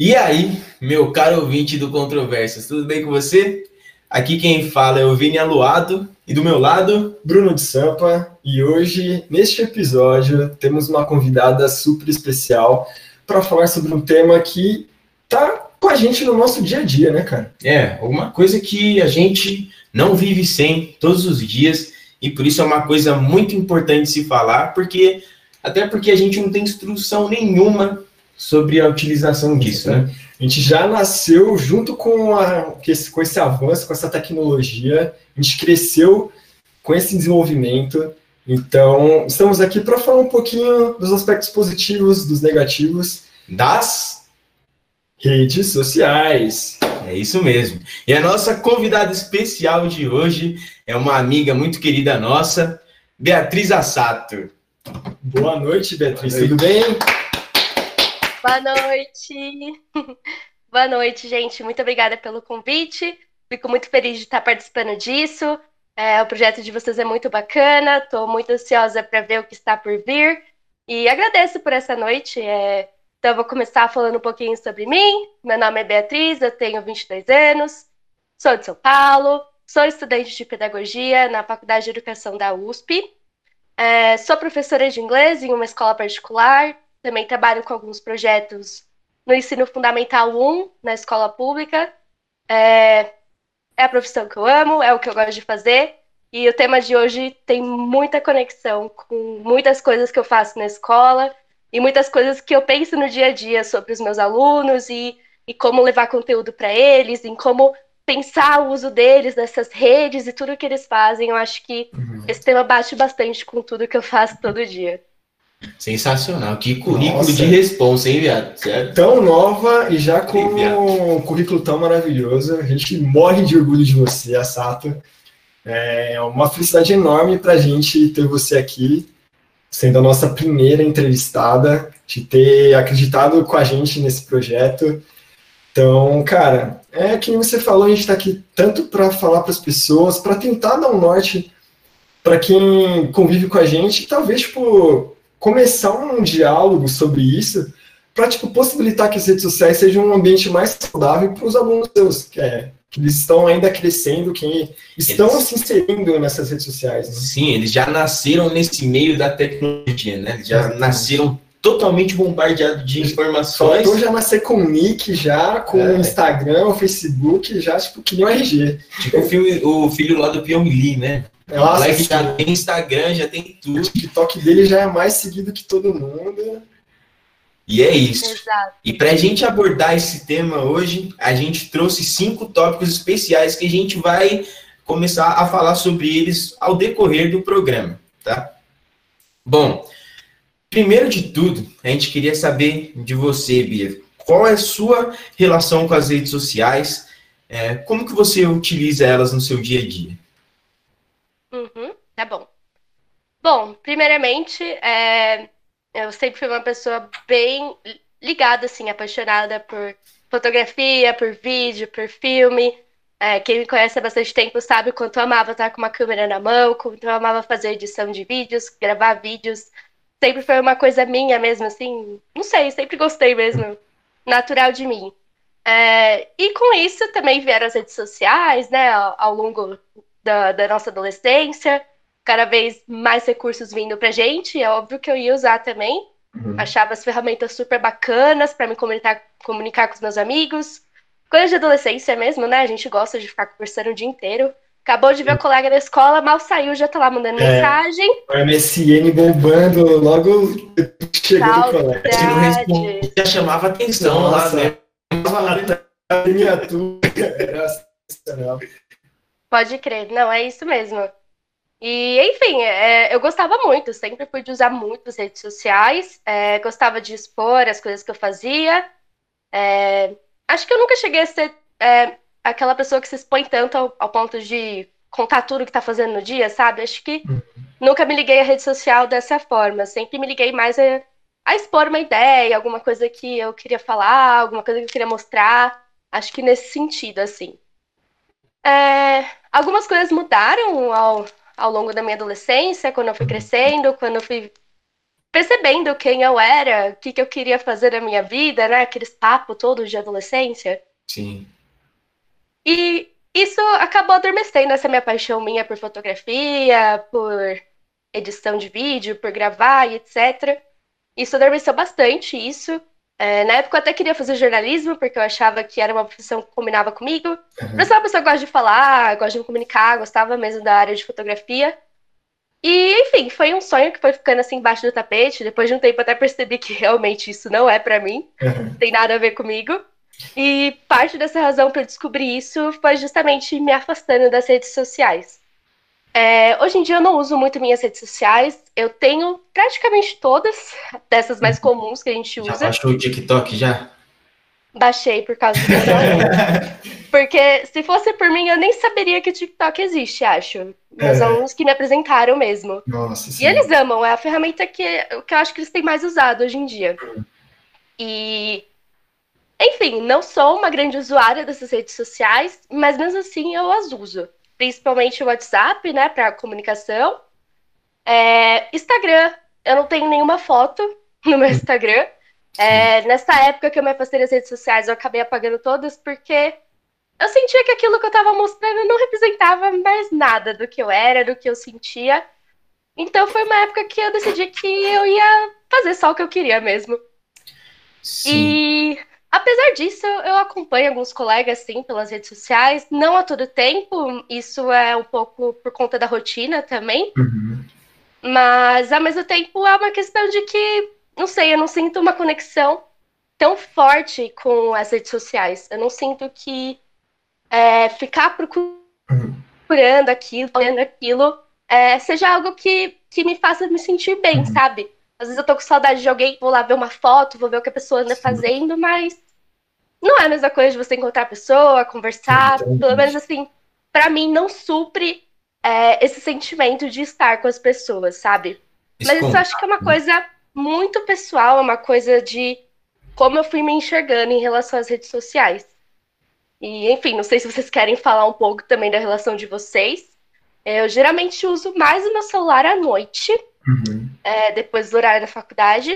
E aí, meu caro ouvinte do Controvérsias, tudo bem com você? Aqui quem fala é o Vini Aluado e do meu lado, Bruno de Sampa, e hoje, neste episódio, temos uma convidada super especial para falar sobre um tema que tá com a gente no nosso dia a dia, né, cara? alguma coisa que a gente não vive sem todos os dias e por isso é uma coisa muito importante se falar, até porque a gente não tem instrução nenhuma sobre a utilização disso, né? A gente já nasceu junto com esse avanço, com essa tecnologia, a gente cresceu com esse desenvolvimento. Então, estamos aqui para falar um pouquinho dos aspectos positivos, dos negativos das redes sociais. É isso mesmo. E a nossa convidada especial de hoje é uma amiga muito querida nossa, Beatriz Assato. Boa noite, Beatriz. Tudo bem? Boa noite. Boa noite, gente. Muito obrigada pelo convite. Fico muito feliz de estar participando disso. O projeto de vocês é muito bacana. Estou muito ansiosa para ver o que está por vir. E agradeço por essa noite. Então, eu vou começar falando um pouquinho sobre mim. Meu nome é Beatriz, eu tenho 22 anos. Sou de São Paulo. Sou estudante de pedagogia na Faculdade de Educação da USP. Sou professora de inglês em uma escola particular. Também trabalho com alguns projetos no ensino fundamental 1, na escola pública. É a profissão que eu amo, é o que eu gosto de fazer. E o tema de hoje tem muita conexão com muitas coisas que eu faço na escola e muitas coisas que eu penso no dia a dia sobre os meus alunos e como levar conteúdo para eles, em como pensar o uso deles nessas redes e tudo que eles fazem. Eu acho que esse tema bate bastante com tudo que eu faço todo dia. Sensacional. Que currículo de responsa, hein, viado? Certo? Tão nova e já com um currículo tão maravilhoso. A gente morre de orgulho de você, Assato. É uma felicidade enorme para a gente ter você aqui, sendo a nossa primeira entrevistada, de ter acreditado com a gente nesse projeto. Então, cara, que nem você falou, a gente está aqui tanto para falar para as pessoas, para tentar dar um norte para quem convive com a gente, e talvez, tipo, começar um diálogo sobre isso, para, tipo, possibilitar que as redes sociais sejam um ambiente mais saudável para os alunos seus, que eles estão ainda crescendo, que estão se inserindo nessas redes sociais. Né? Sim, eles já nasceram nesse meio da tecnologia, né? Eles já nasceram totalmente bombardeados de informações. Faltou já nascer com o nick, já, com o Instagram, o Facebook, já, tipo, que nem o RG. Tipo o filho lá do Pyong Lee, né? Nossa, o moleque já tem Instagram, já tem tudo. O TikTok dele já é mais seguido que todo mundo. E é isso. Exato. E para a gente abordar esse tema hoje, a gente trouxe 5 tópicos especiais que a gente vai começar a falar sobre eles ao decorrer do programa, tá? Bom, primeiro de tudo, a gente queria saber de você, Bia. Qual é a sua relação com as redes sociais? Como que você utiliza elas no seu dia a dia? Tá bom. Bom, primeiramente, eu sempre fui uma pessoa bem ligada, assim, apaixonada por fotografia, por vídeo, por filme. Quem me conhece há bastante tempo sabe o quanto eu amava estar com uma câmera na mão, quanto eu amava fazer edição de vídeos, gravar vídeos. Sempre foi uma coisa minha mesmo, assim, não sei, sempre gostei mesmo, natural de mim. E com isso também vieram as redes sociais, né, ao longo da nossa adolescência, cada vez mais recursos vindo pra gente, é óbvio que eu ia usar também. Achava as ferramentas super bacanas para me comunicar com os meus amigos. Coisa de adolescência mesmo, né? A gente gosta de ficar conversando o dia inteiro. Acabou de ver o colega da escola, mal saiu, já tá lá mandando mensagem. O MSN bombando logo chegando no colégio. Se não responde, já chamava atenção. Nossa, lá, né? A miniatura era sensacional. Pode crer, não, é isso mesmo. E, enfim, eu gostava muito, sempre fui de usar muito as redes sociais, gostava de expor as coisas que eu fazia. Acho que eu nunca cheguei a ser aquela pessoa que se expõe tanto ao ponto de contar tudo que tá fazendo no dia, sabe? Acho que nunca me liguei à rede social dessa forma, sempre me liguei mais a expor uma ideia, alguma coisa que eu queria falar, alguma coisa que eu queria mostrar. Acho que nesse sentido, assim. Algumas coisas mudaram ao longo da minha adolescência, quando eu fui crescendo, quando eu fui percebendo quem eu era, o que eu queria fazer na minha vida, né? Aqueles papos todos de adolescência. Sim. E isso acabou adormecendo essa minha paixão minha por fotografia, por edição de vídeo, por gravar e etc. Isso adormeceu bastante, isso. Na época eu até queria fazer jornalismo, porque eu achava que era uma profissão que combinava comigo. Eu sou uma pessoa que gosta de falar, gosta de me comunicar, gostava mesmo da área de fotografia. E, enfim, foi um sonho que foi ficando assim embaixo do tapete. Depois de um tempo eu até percebi que realmente isso não é pra mim, não tem nada a ver comigo. E parte dessa razão para eu descobrir isso foi justamente me afastando das redes sociais. Hoje em dia eu não uso muito minhas redes sociais. Eu tenho praticamente todas, dessas mais comuns que a gente usa. Já baixou o TikTok já? Baixei por causa do meu amigo. Porque se fosse por mim, eu nem saberia que o TikTok existe, acho. Meus alunos que me apresentaram mesmo. Nossa, sim. E eles amam, é a ferramenta que eu acho que eles têm mais usado hoje em dia. E, enfim, não sou uma grande usuária dessas redes sociais, mas mesmo assim eu as uso. Principalmente o WhatsApp, né, para comunicação. Instagram, eu não tenho nenhuma foto no meu Instagram. Nessa época que eu me afastei das redes sociais, eu acabei apagando todas porque eu sentia que aquilo que eu estava mostrando não representava mais nada do que eu era, do que eu sentia. Então foi uma época que eu decidi que eu ia fazer só o que eu queria mesmo. Sim. E apesar disso, eu acompanho alguns colegas, sim, pelas redes sociais. Não a todo tempo, isso é um pouco por conta da rotina também. Mas, ao mesmo tempo, é uma questão de que, não sei, eu não sinto uma conexão tão forte com as redes sociais. Eu não sinto que ficar procurando aquilo, olhando aquilo, seja algo que me faça me sentir bem, sabe? Às vezes eu tô com saudade de alguém, vou lá ver uma foto, vou ver o que a pessoa anda fazendo, mas não é a mesma coisa de você encontrar a pessoa, conversar. Pelo menos, assim, pra mim não supre esse sentimento de estar com as pessoas, sabe? Mas isso eu acho que é uma coisa muito pessoal, é uma coisa de como eu fui me enxergando em relação às redes sociais. E, enfim, não sei se vocês querem falar um pouco também da relação de vocês. Eu geralmente uso mais o meu celular à noite, depois do horário da faculdade.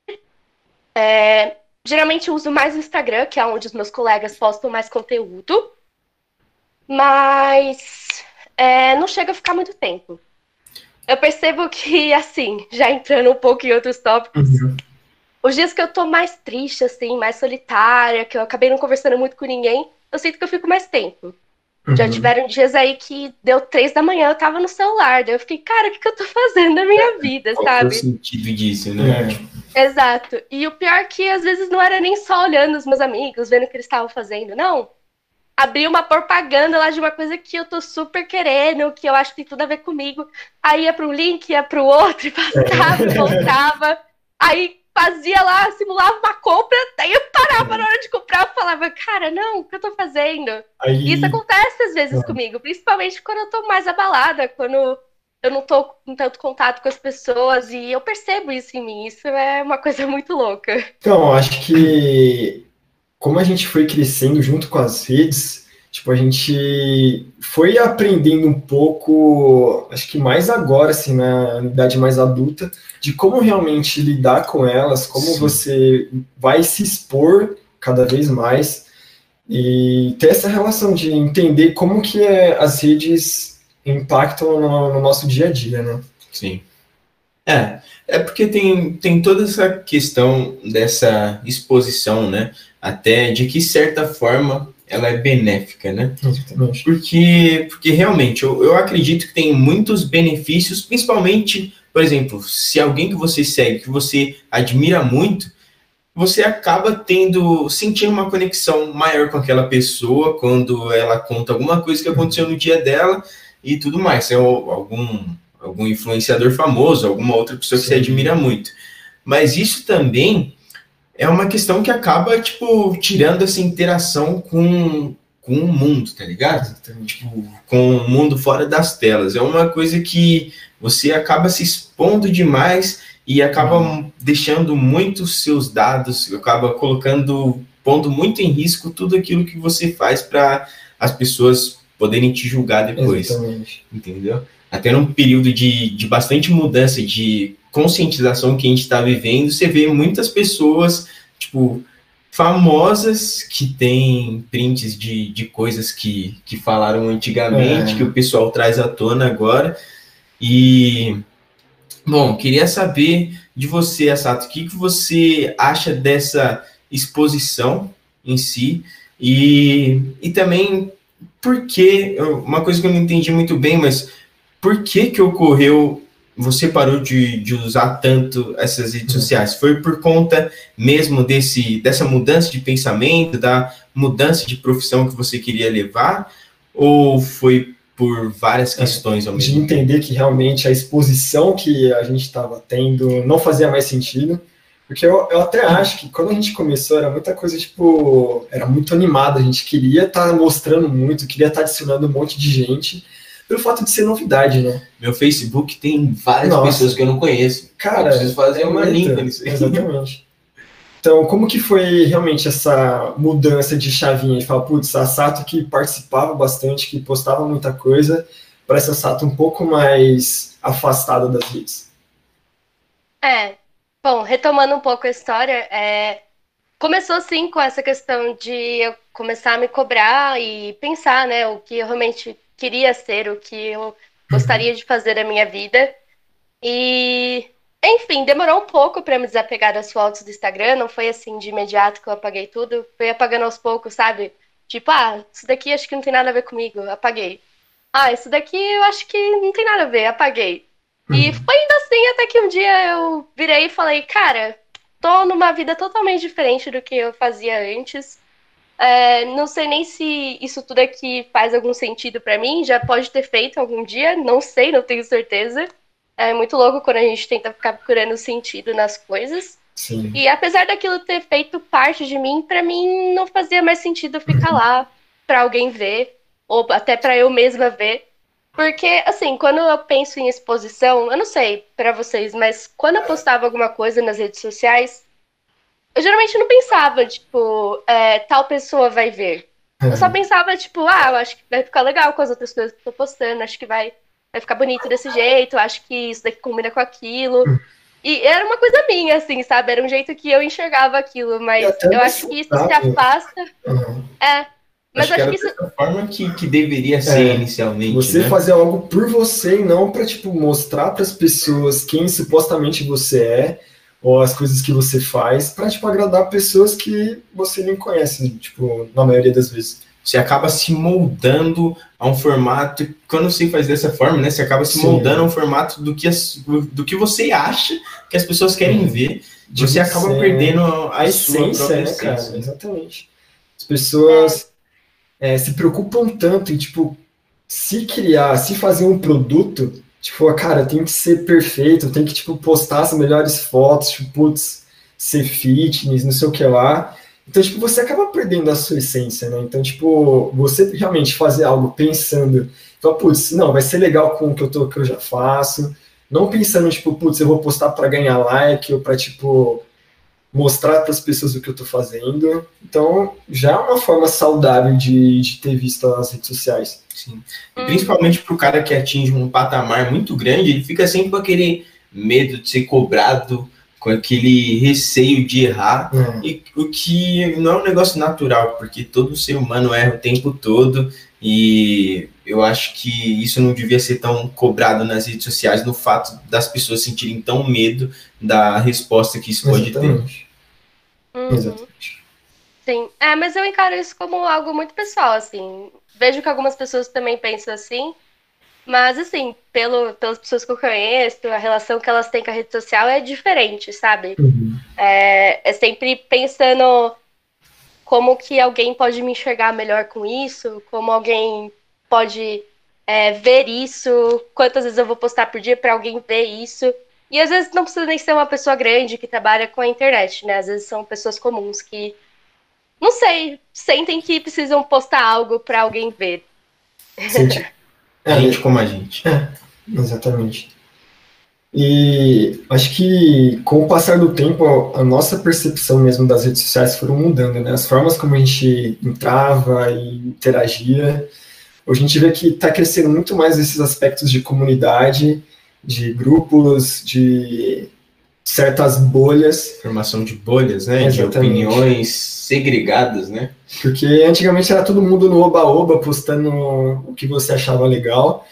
Geralmente eu uso mais o Instagram, que é onde os meus colegas postam mais conteúdo. Mas não chega a ficar muito tempo. Eu percebo que, assim, já entrando um pouco em outros tópicos, os dias que eu tô mais triste, assim, mais solitária, que eu acabei não conversando muito com ninguém, eu sinto que eu fico mais tempo. Já tiveram dias aí que deu 3 da manhã, eu tava no celular, daí eu fiquei, cara, o que eu tô fazendo na minha vida, Qual sabe? Qual é o sentido disso, né? Exato. E o pior é que, às vezes, não era nem só olhando os meus amigos, vendo o que eles estavam fazendo, não. Abri uma propaganda lá de uma coisa que eu tô super querendo, que eu acho que tem tudo a ver comigo. Aí ia para um link, ia para o outro, e passava, voltava. Aí fazia lá, simulava uma compra, daí eu parava na hora de comprar, eu falava, cara, não, o que eu tô fazendo? E isso acontece às vezes comigo, principalmente quando eu tô mais abalada, quando eu não tô com tanto contato com as pessoas, e eu percebo isso em mim, isso é uma coisa muito louca. Então, acho que como a gente foi crescendo junto com as redes, tipo, a gente foi aprendendo um pouco, acho que mais agora, assim, na idade mais adulta, de como realmente lidar com elas, como você vai se expor cada vez mais e ter essa relação de entender como que as redes impactam no nosso dia a dia, né? Sim. É porque tem toda essa questão dessa exposição, né? Até de que certa forma ela é benéfica, né? Exatamente. Porque realmente eu acredito que tem muitos benefícios, principalmente, por exemplo, se alguém que você segue, que você admira muito, você acaba sentindo uma conexão maior com aquela pessoa quando ela conta alguma coisa que aconteceu no dia dela e tudo mais. Se é algum influenciador famoso, alguma outra pessoa que você admira muito. Mas isso também é uma questão que acaba, tipo, tirando essa interação com o mundo, tá ligado? Tipo, com o mundo fora das telas. É uma coisa que você acaba se expondo demais e acaba deixando muitos seus dados, acaba pondo muito em risco tudo aquilo que você faz para as pessoas poderem te julgar depois. Exatamente. Entendeu? Até num período de bastante mudança de conscientização que a gente está vivendo, você vê muitas pessoas, tipo, famosas que têm prints de coisas que falaram antigamente, que o pessoal traz à tona agora. E, bom, queria saber de você, Assato, o que você acha dessa exposição em si e também por que, uma coisa que eu não entendi muito bem, mas por que ocorreu, você parou de usar tanto essas redes sociais? Foi por conta mesmo dessa mudança de pensamento, da mudança de profissão que você queria levar, ou foi por várias questões ao mesmo tempo? De entender que realmente a exposição que a gente estava tendo não fazia mais sentido, porque eu até acho que quando a gente começou era muita coisa, tipo, era muito animado, a gente queria estar mostrando muito, queria estar adicionando um monte de gente, pelo fato de ser novidade, né? Meu Facebook tem várias pessoas que eu não conheço. Cara, eu preciso fazer uma limpa nisso aí. Exatamente. Então, como que foi realmente essa mudança de chavinha? De falar, putz, a Sato que participava bastante, que postava muita coisa, para essa Sato um pouco mais afastada das redes. Bom, retomando um pouco a história, começou sim com essa questão de eu começar a me cobrar e pensar, né, o que eu realmente queria ser, o que eu gostaria de fazer na minha vida. E, enfim, demorou um pouco para me desapegar das fotos do Instagram, não foi assim de imediato que eu apaguei tudo, fui apagando aos poucos, sabe? Tipo, isso daqui acho que não tem nada a ver comigo, apaguei. Isso daqui eu acho que não tem nada a ver, apaguei. E foi indo assim até que um dia eu virei e falei, cara, tô numa vida totalmente diferente do que eu fazia antes. Não sei nem se isso tudo aqui faz algum sentido pra mim, já pode ter feito algum dia, não sei, não tenho certeza. É muito louco quando a gente tenta ficar procurando sentido nas coisas. Sim. E apesar daquilo ter feito parte de mim, pra mim não fazia mais sentido ficar lá pra alguém ver, ou até pra eu mesma ver. Porque, assim, quando eu penso em exposição, eu não sei pra vocês, mas quando eu postava alguma coisa nas redes sociais, eu geralmente não pensava, tipo, tal pessoa vai ver. Eu só pensava, tipo, eu acho que vai ficar legal com as outras coisas que eu tô postando, acho que vai ficar bonito desse jeito, acho que isso daqui combina com aquilo. E era uma coisa minha, assim, sabe? Era um jeito que eu enxergava aquilo, mas eu acho que isso se afasta. Mas acho que isso é a forma que deveria ser inicialmente. Você fazer algo por você e não para, tipo, mostrar para as pessoas quem supostamente você é, ou as coisas que você faz, para, tipo, agradar pessoas que você nem conhece, tipo, na maioria das vezes. Você acaba se moldando a um formato, quando você faz dessa forma, né, você acaba se moldando a um formato do que você acha que as pessoas querem ver, você acaba perdendo a essência, né, cara? Exatamente. As pessoas se preocupam tanto em, tipo, se fazer um produto, tipo, cara, tem que ser perfeito, tem que, tipo, postar as melhores fotos, tipo, putz, ser fitness, não sei o que lá. Então, tipo, você acaba perdendo a sua essência, né? Então, tipo, você realmente fazer algo pensando, então, putz, não, vai ser legal com o que eu já faço, não pensando, tipo, putz, eu vou postar para ganhar like ou para, tipo, mostrar para as pessoas o que eu estou fazendo. Então, já é uma forma saudável de ter visto as redes sociais. Sim. E principalmente para o cara que atinge um patamar muito grande, ele fica sempre com aquele medo de ser cobrado, com aquele receio de errar, e o que não é um negócio natural, porque todo ser humano erra o tempo todo, e eu acho que isso não devia ser tão cobrado nas redes sociais, no fato das pessoas sentirem tão medo da resposta que isso pode ter. Exatamente. Sim, mas eu encaro isso como algo muito pessoal, assim. Vejo que algumas pessoas também pensam assim, mas, assim, pelas pessoas que eu conheço, a relação que elas têm com a rede social é diferente, sabe? É sempre pensando como que alguém pode me enxergar melhor com isso, como alguém pode ver isso, quantas vezes eu vou postar por dia para alguém ver isso. E às vezes não precisa nem ser uma pessoa grande que trabalha com a internet, né? Às vezes são pessoas comuns que, não sei, sentem que precisam postar algo para alguém ver. Gente como a gente. Exatamente. E acho que com o passar do tempo, a nossa percepção mesmo das redes sociais foram mudando, né? As formas como a gente entrava e interagia. Hoje a gente vê que está crescendo muito mais esses aspectos de comunidade, de grupos, de certas bolhas. Formação de bolhas, né? Exatamente. De opiniões segregadas, né? Porque antigamente era todo mundo no oba-oba, postando o que você achava legal.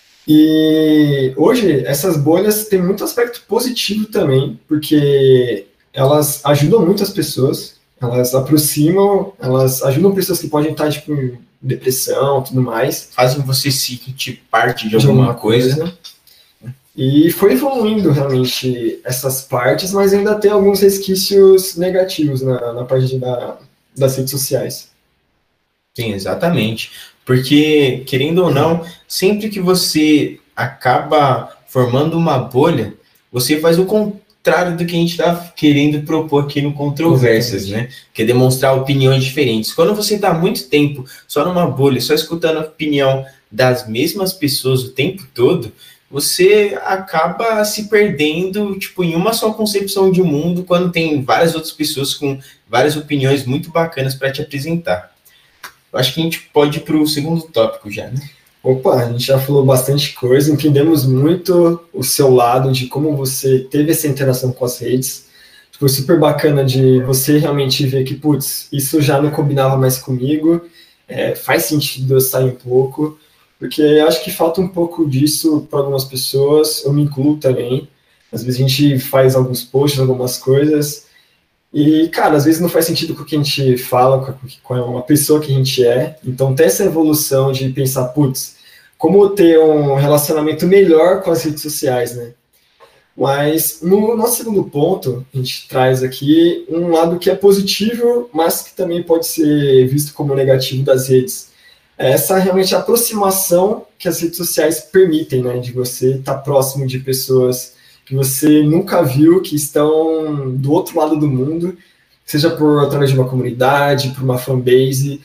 E hoje essas bolhas têm muito aspecto positivo também, porque elas ajudam muitas pessoas, elas aproximam, elas ajudam pessoas que podem estar tipo, em depressão e tudo mais. Fazem você se sentir parte de alguma coisa. E foi evoluindo realmente essas partes, mas ainda tem alguns resquícios negativos na parte das redes sociais. Sim, exatamente. Porque, querendo ou não, sempre que você acaba formando uma bolha, você faz o contrário do que a gente está querendo propor aqui no Controvérsias, né? Que é demonstrar opiniões diferentes. Quando você está muito tempo só numa bolha, só escutando a opinião das mesmas pessoas o tempo todo, você acaba se perdendo, tipo, em uma só concepção de mundo, quando tem várias outras pessoas com várias opiniões muito bacanas para te apresentar. Eu acho que a gente pode ir para o segundo tópico já, né? Opa, a gente já falou bastante coisa, entendemos muito o seu lado de como você teve essa interação com as redes. Foi super bacana de você realmente ver que, putz, isso já não combinava mais comigo, faz sentido eu sair um pouco, porque eu acho que falta um pouco disso para algumas pessoas, eu me incluo também. Às vezes a gente faz alguns posts, algumas coisas, e, cara, às vezes não faz sentido com o que a gente fala, com uma pessoa que a gente é. Então, tem essa evolução de pensar, putz, como ter um relacionamento melhor com as redes sociais, né? Mas, no nosso segundo ponto, a gente traz aqui um lado que é positivo, mas que também pode ser visto como negativo das redes. Essa realmente aproximação que as redes sociais permitem, né? De você estar próximo de pessoas que você nunca viu, que estão do outro lado do mundo, seja através de uma comunidade, por uma fanbase,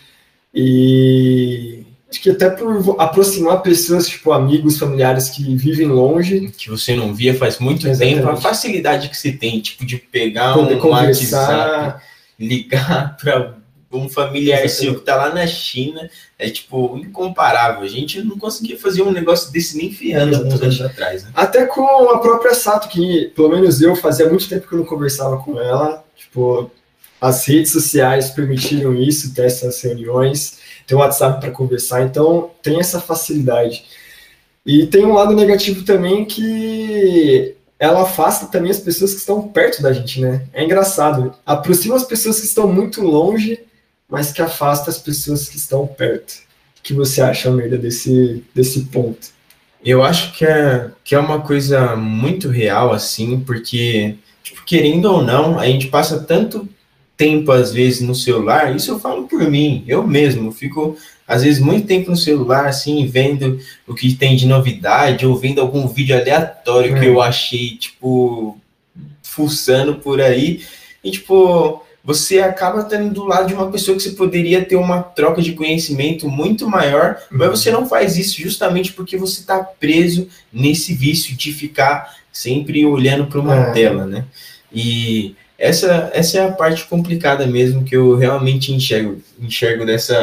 e acho que até por aproximar pessoas, tipo amigos, familiares que vivem longe. Que você não via faz muito tempo, a facilidade que você tem, tipo, de pegar poder um WhatsApp, ligar para um familiar seu que tá lá na China, é tipo incomparável. A gente não conseguia fazer um negócio desse nem ferrando alguns anos atrás, né? Até com a própria Sato, que pelo menos eu fazia muito tempo que eu não conversava com ela. Tipo, as redes sociais permitiram isso, ter essas reuniões, ter um WhatsApp para conversar, então tem essa facilidade. E tem um lado negativo também que ela afasta também as pessoas que estão perto da gente, né? É engraçado, aproxima as pessoas que estão muito longe, mas que afasta as pessoas que estão perto. O que você acha, Almeida, desse ponto? Eu acho que é uma coisa muito real, assim, porque, tipo, querendo ou não, a gente passa tanto tempo, às vezes, no celular, isso eu falo por mim, eu mesmo, fico, às vezes, muito tempo no celular, assim, vendo o que tem de novidade, ou vendo algum vídeo aleatório que eu achei, tipo, fuçando por aí, e, tipo, você acaba estando do lado de uma pessoa que você poderia ter uma troca de conhecimento muito maior, mas você não faz isso justamente porque você está preso nesse vício de ficar sempre olhando para uma tela, né? E essa é a parte complicada mesmo que eu realmente enxergo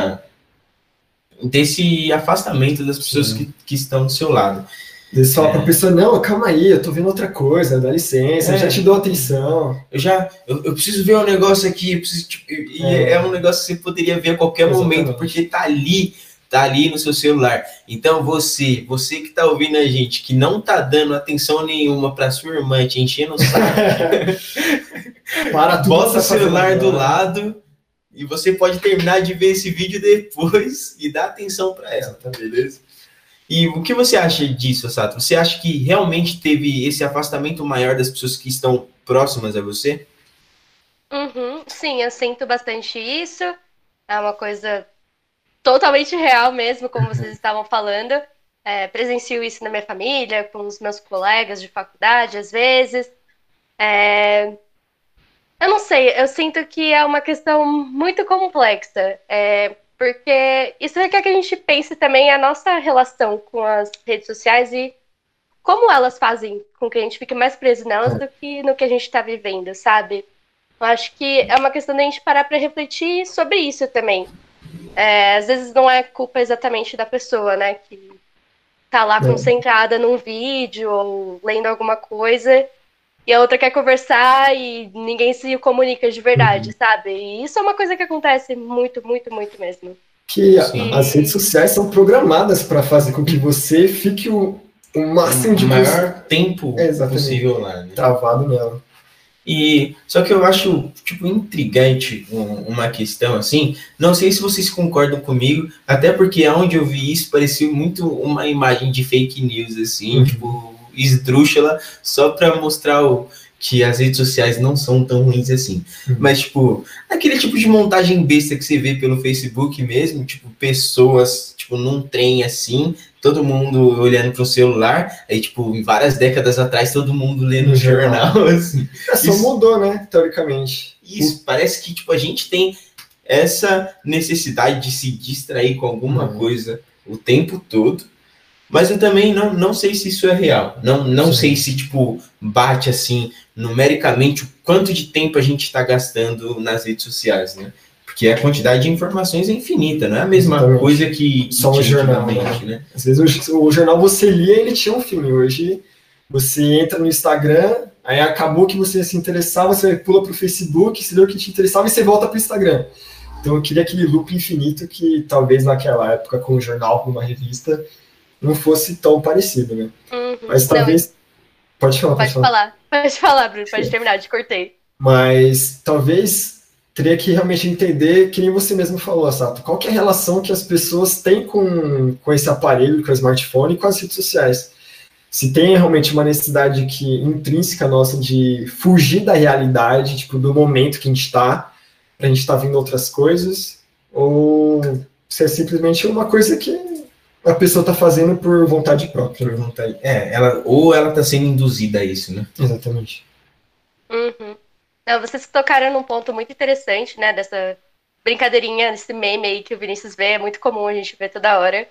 desse afastamento das pessoas que estão do seu lado. Você fala pra pessoa, não, calma aí, eu tô vendo outra coisa, dá licença, eu já te dou atenção. Eu preciso ver um negócio aqui, é um negócio que você poderia ver a qualquer momento, porque tá ali no seu celular. Então você que tá ouvindo a gente, que não tá dando atenção nenhuma pra sua irmã te enchendo o saco, bota o celular do lado e você pode terminar de ver esse vídeo depois e dar atenção pra ela, tá beleza? E o que você acha disso, Sato? Você acha que realmente teve esse afastamento maior das pessoas que estão próximas a você? Sim, eu sinto bastante isso. É uma coisa totalmente real mesmo, como vocês estavam falando. Presencio isso na minha família, com os meus colegas de faculdade, às vezes. Eu não sei, eu sinto que é uma questão muito complexa. Porque isso requer que a gente pense também a nossa relação com as redes sociais e como elas fazem com que a gente fique mais preso nelas do que no que a gente está vivendo, sabe? Eu acho que é uma questão da gente parar para refletir sobre isso também. Às vezes não é culpa exatamente da pessoa, né, que tá lá concentrada num vídeo ou lendo alguma coisa, e a outra quer conversar e ninguém se comunica de verdade, sabe? E isso é uma coisa que acontece muito, muito, muito mesmo. Que as redes sociais são programadas para fazer com que você fique o máximo de maior tempo possível lá, né? Travado nela. E só que eu acho tipo intrigante uma questão assim. Não sei se vocês concordam comigo, até porque onde eu vi isso parecia muito uma imagem de fake news assim, tipo esdrúxula, só para mostrar que as redes sociais não são tão ruins assim. Mas, tipo, aquele tipo de montagem besta que você vê pelo Facebook mesmo, tipo, pessoas, tipo, num trem assim, todo mundo olhando pro celular, aí, tipo, em várias décadas atrás, todo mundo lendo o jornal, assim. Só mudou, né, teoricamente. Isso, parece que, tipo, a gente tem essa necessidade de se distrair com alguma coisa o tempo todo. Mas eu também não sei se isso é real. Não sei se, tipo, bate, assim, numericamente o quanto de tempo a gente está gastando nas redes sociais, né? Porque a quantidade de informações é infinita, não é a mesma coisa que só um jornal, né? Às vezes o jornal você lia e ele tinha um filme. Hoje você entra no Instagram, aí acabou que você se interessava, você pula para o Facebook, você deu o que te interessava e você volta para o Instagram. Então eu queria aquele loop infinito que talvez naquela época com um jornal, com uma revista, não fosse tão parecido, né? Mas talvez... Pode falar. Pode falar, Bruno, pode terminar, te cortei. Mas talvez teria que realmente entender, que nem você mesmo falou, Sato, qual que é a relação que as pessoas têm com esse aparelho, com o smartphone e com as redes sociais. Se tem realmente uma necessidade intrínseca nossa de fugir da realidade, tipo, do momento que a gente está, pra gente estar vendo outras coisas, ou se é simplesmente uma coisa que a pessoa está fazendo por vontade própria. Por vontade. Ela está sendo induzida a isso, né? Exatamente. Não, vocês tocaram num ponto muito interessante, né? Dessa brincadeirinha, desse meme aí que o Vinícius vê, é muito comum a gente ver toda hora.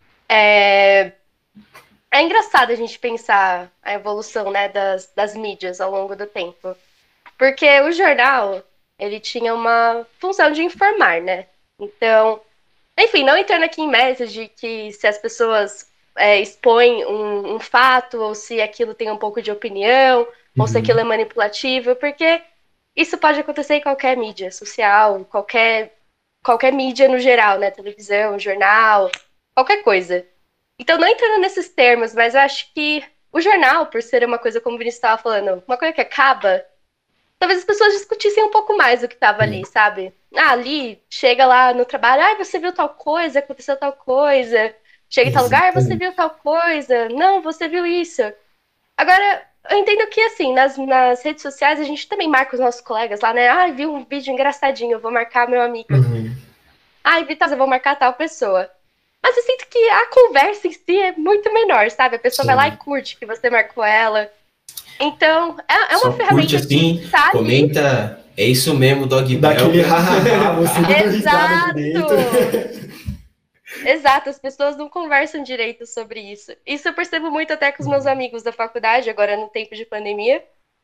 É engraçado a gente pensar a evolução, né, das mídias ao longo do tempo. Porque o jornal, ele tinha uma função de informar, né? Então... Enfim, não entrando aqui em méritos de que se as pessoas expõem um fato, ou se aquilo tem um pouco de opinião, ou se aquilo é manipulativo, porque isso pode acontecer em qualquer mídia social, qualquer mídia no geral, né? Televisão, jornal, qualquer coisa. Então, não entrando nesses termos, mas eu acho que o jornal, por ser uma coisa, como o Vinícius estava falando, uma coisa que acaba, talvez as pessoas discutissem um pouco mais o que estava ali, sabe? Ali, chega lá no trabalho, você viu tal coisa, aconteceu tal coisa. Chega em tal lugar, você viu tal coisa. Não, você viu isso. Agora, eu entendo que, assim, nas redes sociais, a gente também marca os nossos colegas lá, né? Vi um vídeo engraçadinho, eu vou marcar meu amigo. Vitor, eu vou marcar tal pessoa. Mas eu sinto que a conversa em si é muito menor, sabe? A pessoa vai lá e curte que você marcou ela. Então, é uma ferramenta assim, que tá comenta, ali. É isso mesmo, Dog Bell. Daquele hahaha, você deu risada de dentro. Exato, as pessoas não conversam direito sobre isso. Isso eu percebo muito até com os meus amigos da faculdade, agora no tempo de pandemia.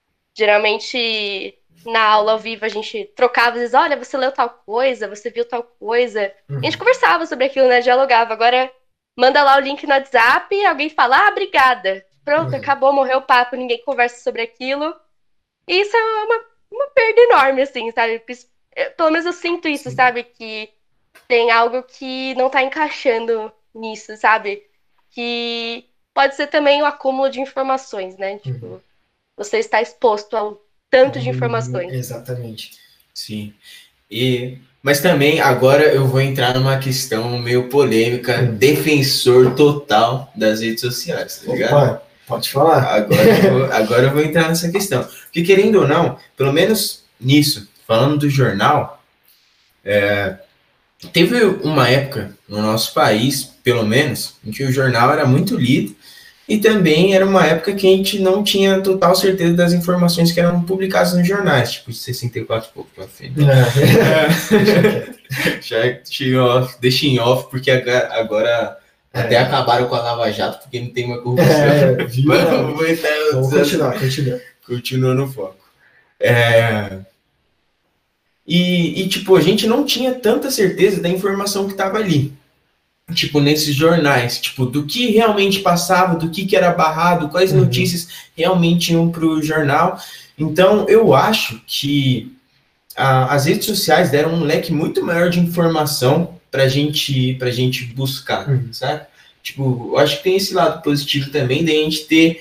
Geralmente, na aula ao vivo, a gente trocava, às vezes, olha, você leu tal coisa, você viu tal coisa. E a gente conversava sobre aquilo, né, dialogava. Agora, manda lá o link no WhatsApp e alguém fala, obrigada. Pronto, acabou, morreu o papo, ninguém conversa sobre aquilo. E isso é uma perda enorme, assim, sabe? Pelo menos eu sinto isso, sabe? Que tem algo que não tá encaixando nisso, sabe? Que pode ser também o acúmulo de informações, né? Tipo, você está exposto ao tanto de informações. Exatamente. Sim. Mas também, agora eu vou entrar numa questão meio polêmica, defensor total das redes sociais, tá ligado? Opa, pode falar. Agora eu vou entrar nessa questão. Porque, querendo ou não, pelo menos nisso, falando do jornal, teve uma época no nosso país, pelo menos, em que o jornal era muito lido, e também era uma época que a gente não tinha total certeza das informações que eram publicadas nos jornais, tipo 64 e pouco pra frente. Já deixa em off, porque agora até acabaram com a Lava Jato, porque não tem uma corrupção. Vamos continuar. Continua no foco. E, tipo, a gente não tinha tanta certeza da informação que estava ali. tipo, nesses jornais, tipo, do que realmente passava, do que era barrado, quais notícias realmente iam para o jornal. Então, eu acho que as redes sociais deram um leque muito maior de informação pra gente buscar, sabe? Tipo, eu acho que tem esse lado positivo também, de a gente ter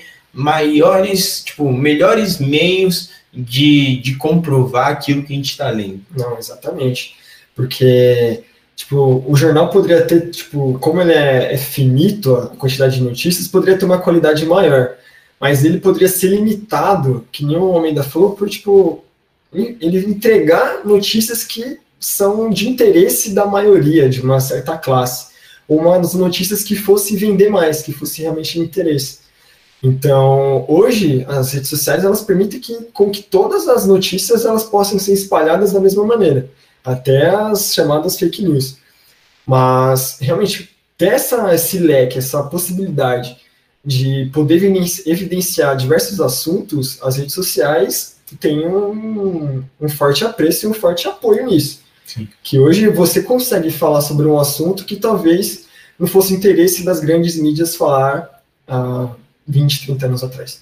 melhores meios de comprovar aquilo que a gente está lendo. Não, exatamente. Porque, tipo, o jornal poderia ter, tipo, como ele é finito, a quantidade de notícias, poderia ter uma qualidade maior. Mas ele poderia ser limitado, que nem o Homem da Flor, por, tipo, ele entregar notícias que são de interesse da maioria, de uma certa classe, ou umas notícias que fosse vender mais, que fosse realmente de interesse. Então, hoje, as redes sociais, elas permitem com que todas as notícias elas possam ser espalhadas da mesma maneira, até as chamadas fake news. Mas, realmente, ter esse leque, essa possibilidade de poder evidenciar diversos assuntos, as redes sociais tem um forte apreço e um forte apoio nisso. Sim. Que hoje você consegue falar sobre um assunto que talvez não fosse interesse das grandes mídias falar há 20, 30 anos atrás.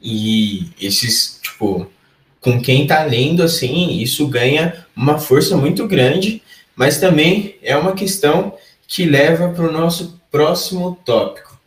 E esses, tipo, com quem tá lendo, assim, isso ganha uma força muito grande, mas também é uma questão que leva para o nosso próximo tópico.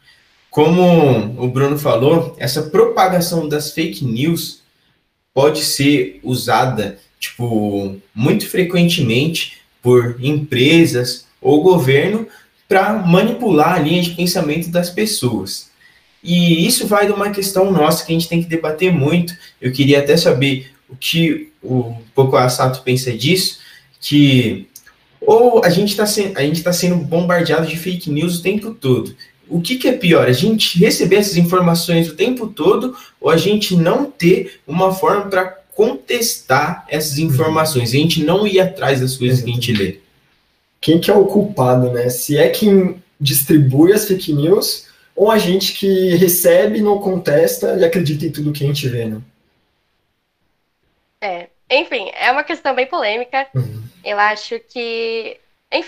Como o Bruno falou, essa propagação das fake news pode ser usada, tipo, muito frequentemente por empresas ou governo para manipular a linha de pensamento das pessoas. E isso vai de uma questão nossa que a gente tem que debater muito. Eu queria até saber o que o Poco Assato pensa disso, que ou a gente está sendo bombardeado de fake news o tempo todo. O que é pior? A gente receber essas informações o tempo todo ou a gente não ter uma forma para contestar essas informações? A gente não ir atrás das coisas que a gente lê. Quem que é o culpado, né? Se é quem distribui as fake news ou a gente que recebe, não contesta e acredita em tudo que a gente vê, né? Enfim, é uma questão bem polêmica. Eu acho que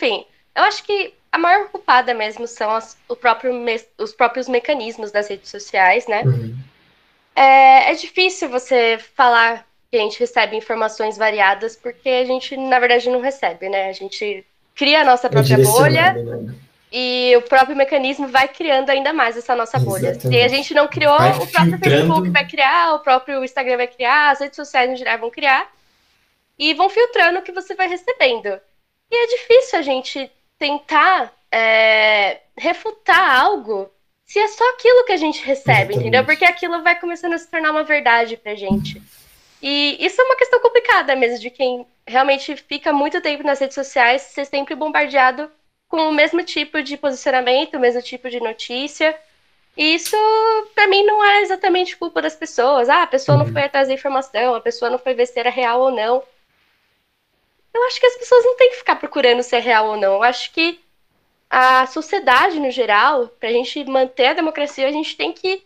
a maior culpada mesmo são os próprios mecanismos das redes sociais, né? É difícil você falar que a gente recebe informações variadas, porque a gente, na verdade, não recebe, né? A gente cria a nossa própria bolha, né? E o próprio mecanismo vai criando ainda mais essa nossa bolha. Exatamente. Se a gente não criou, o próprio Facebook vai criar, o próprio Instagram vai criar, as redes sociais no geral vão criar, e vão filtrando o que você vai recebendo. E é difícil a gente tentar refutar algo se é só aquilo que a gente recebe, exatamente, entendeu? Porque aquilo vai começando a se tornar uma verdade pra gente. E isso é uma questão complicada mesmo, de quem realmente fica muito tempo nas redes sociais, ser sempre bombardeado com o mesmo tipo de posicionamento, o mesmo tipo de notícia. E isso, pra mim, não é exatamente culpa das pessoas. A pessoa não foi atrás da informação, a pessoa não foi ver se era real ou não. Eu acho que as pessoas não têm que ficar procurando se é real ou não. Eu acho que a sociedade, no geral, pra gente manter a democracia, a gente tem que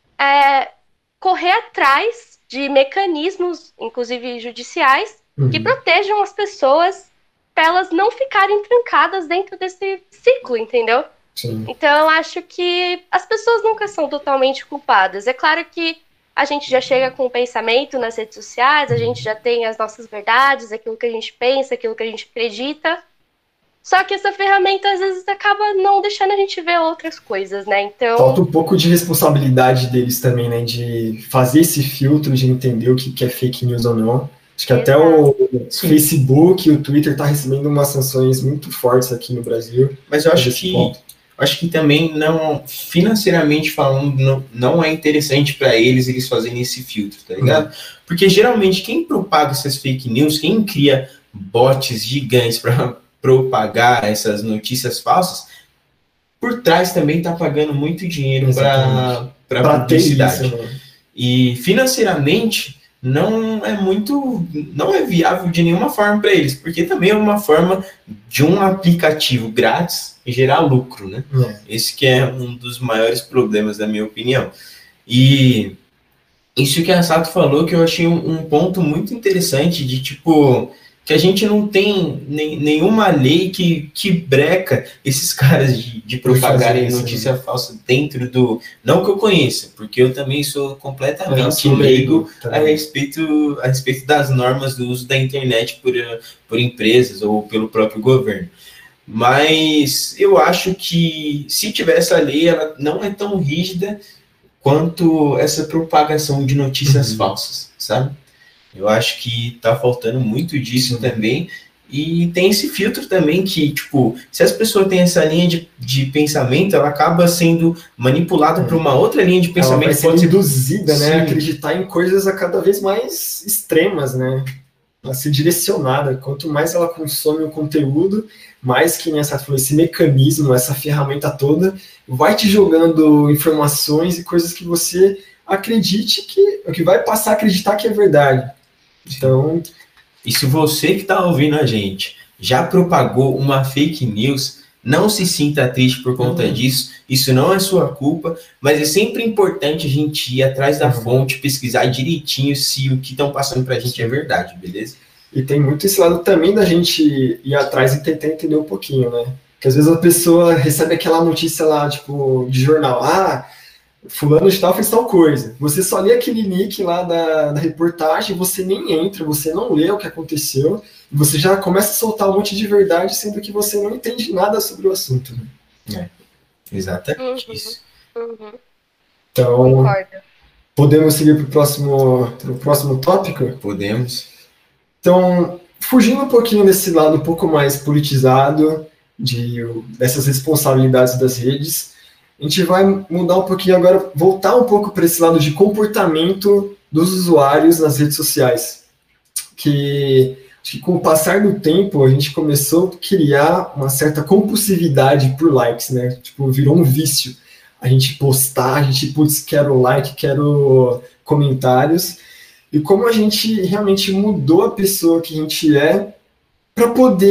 correr atrás de mecanismos, inclusive judiciais, que protejam as pessoas para elas não ficarem trancadas dentro desse ciclo, entendeu? Sim. Então, eu acho que as pessoas nunca são totalmente culpadas. É claro que a gente já chega com o pensamento nas redes sociais, a gente já tem as nossas verdades, aquilo que a gente pensa, aquilo que a gente acredita. Só que essa ferramenta, às vezes, acaba não deixando a gente ver outras coisas, né? Então... Falta um pouco de responsabilidade deles também, né? De fazer esse filtro, de entender o que é fake news ou não. Acho que até o Facebook e o Twitter tá recebendo umas sanções muito fortes aqui no Brasil. Mas eu acho que também, não, financeiramente falando, não é interessante para eles fazerem esse filtro, tá ligado? Porque geralmente quem propaga essas fake news, quem cria bots gigantes para propagar essas notícias falsas, por trás também tá pagando muito dinheiro para publicidade. Isso, né? E financeiramente não é viável de nenhuma forma para eles, porque também é uma forma de um aplicativo grátis gerar lucro, né? Esse que é um dos maiores problemas, da minha opinião. E isso que a Sato falou, que eu achei um ponto muito interessante, de tipo, que a gente não tem nenhuma lei que breca esses caras de propagarem notícia falsa dentro do... Não que eu conheça, porque eu também sou completamente leigo a respeito das normas do uso da internet por empresas ou pelo próprio governo. Mas eu acho que se tiver essa lei, ela não é tão rígida quanto essa propagação de notícias falsas, sabe? Eu acho que tá faltando muito disso também. E tem esse filtro também que, tipo, se as pessoas têm essa linha de pensamento, ela acaba sendo manipulada por uma outra linha de pensamento. Ela vai ser induzida, né, a acreditar em coisas a cada vez mais extremas, né? A ser direcionada. Quanto mais ela consome o conteúdo, mais que esse mecanismo, essa ferramenta toda, vai te jogando informações e coisas que você acredite que vai passar a acreditar que é verdade. Então, e se você que está ouvindo a gente já propagou uma fake news, não se sinta triste por conta disso, isso não é sua culpa, mas é sempre importante a gente ir atrás da fonte, pesquisar direitinho se o que estão passando para a gente é verdade, beleza? E tem muito esse lado também da gente ir atrás e tentar entender um pouquinho, né? Porque às vezes a pessoa recebe aquela notícia lá, tipo, de jornal, fulano de tal fez tal coisa. Você só lê aquele nick lá da reportagem, você nem entra, você não lê o que aconteceu, e você já começa a soltar um monte de verdade, sendo que você não entende nada sobre o assunto. Né? Exatamente isso. Então, concordo. Podemos seguir para o próximo tópico? Podemos. Então, fugindo um pouquinho desse lado um pouco mais politizado, dessas responsabilidades das redes, a gente vai mudar um pouquinho agora, voltar um pouco para esse lado de comportamento dos usuários nas redes sociais. Que acho que com o passar do tempo, a gente começou a criar uma certa compulsividade por likes, né? Tipo, virou um vício. A gente postar, a gente, quero like, quero comentários. E como a gente realmente mudou a pessoa que a gente é para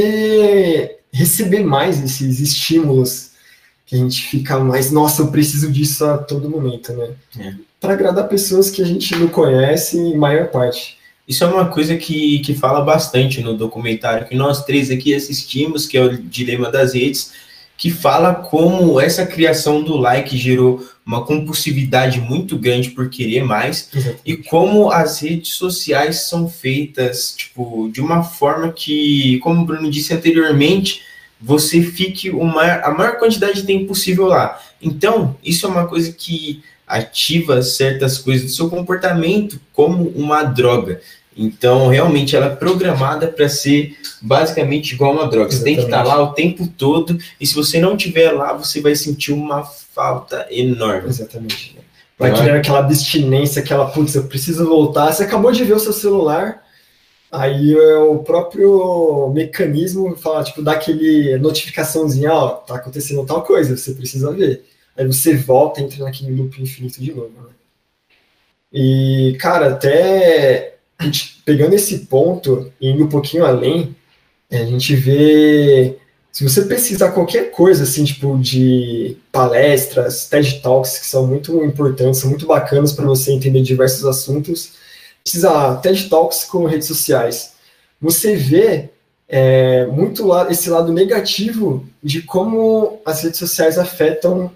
poder receber mais esses estímulos, que a gente fica mais, nossa, eu preciso disso a todo momento, né? Para agradar pessoas que a gente não conhece, em maior parte. Isso é uma coisa que fala bastante no documentário que nós três aqui assistimos, que é o Dilema das Redes, que fala como essa criação do like gerou uma compulsividade muito grande por querer mais. Exatamente. E como as redes sociais são feitas, tipo, de uma forma que, como o Bruno disse anteriormente, você fique a maior quantidade de tempo possível lá. Então, isso é uma coisa que ativa certas coisas do seu comportamento como uma droga. Então, realmente, ela é programada para ser basicamente igual uma droga. Exatamente. Você tem que estar lá o tempo todo, e se você não estiver lá, você vai sentir uma falta enorme. Exatamente. Vai criar aquela abstinência, eu preciso voltar. Você acabou de ver o seu celular, aí o próprio mecanismo fala, dá aquele notificaçãozinha, tá acontecendo tal coisa, você precisa ver. Aí você volta, entra naquele loop infinito de novo, né? E, cara, até a gente, pegando esse ponto e indo um pouquinho além, a gente vê, se você pesquisar qualquer coisa, assim, de palestras, TED Talks, que são muito importantes, são muito bacanas para você entender diversos assuntos, precisa TED Talks com redes sociais. Você vê muito esse lado negativo de como as redes sociais afetam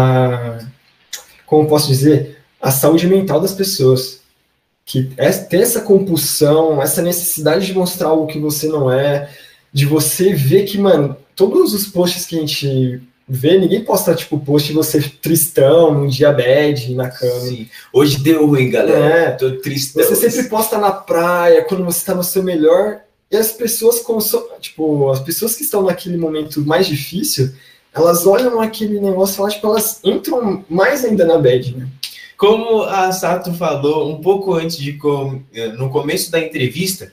como posso dizer, a saúde mental das pessoas. Que ter essa compulsão, essa necessidade de mostrar algo que você não é, de você ver que, mano, todos os posts que a gente vê, ninguém posta, post de você tristão, num dia bad, na cama. Sim. Hoje deu ruim, galera. Tô tristão. Você sempre posta na praia, quando você tá no seu melhor, e as pessoas, as pessoas que estão naquele momento mais difícil, elas olham aquele negócio e falam, elas entram mais ainda na bad, né? Como a Sato falou um pouco antes no começo da entrevista,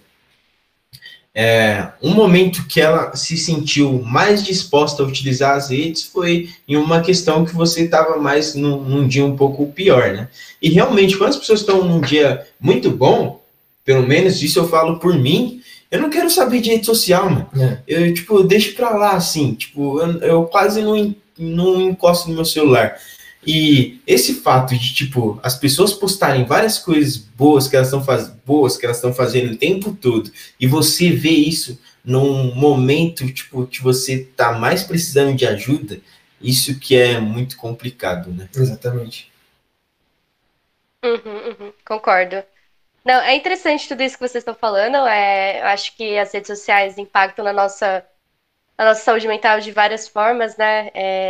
um momento que ela se sentiu mais disposta a utilizar as redes foi em uma questão que você estava mais num dia um pouco pior, né? E realmente, quando as pessoas estão num dia muito bom, pelo menos isso eu falo por mim, eu não quero saber de rede social, mano. Eu deixo pra lá, assim, eu quase não encosto no meu celular. E esse fato de, tipo, as pessoas postarem várias coisas boas que elas estão fazendo o tempo todo, e você vê isso num momento, tipo, que você tá mais precisando de ajuda, isso que é muito complicado, né? Exatamente. Concordo. Não, é interessante tudo isso que vocês estão falando. Eu acho que as redes sociais impactam na nossa saúde mental de várias formas, né?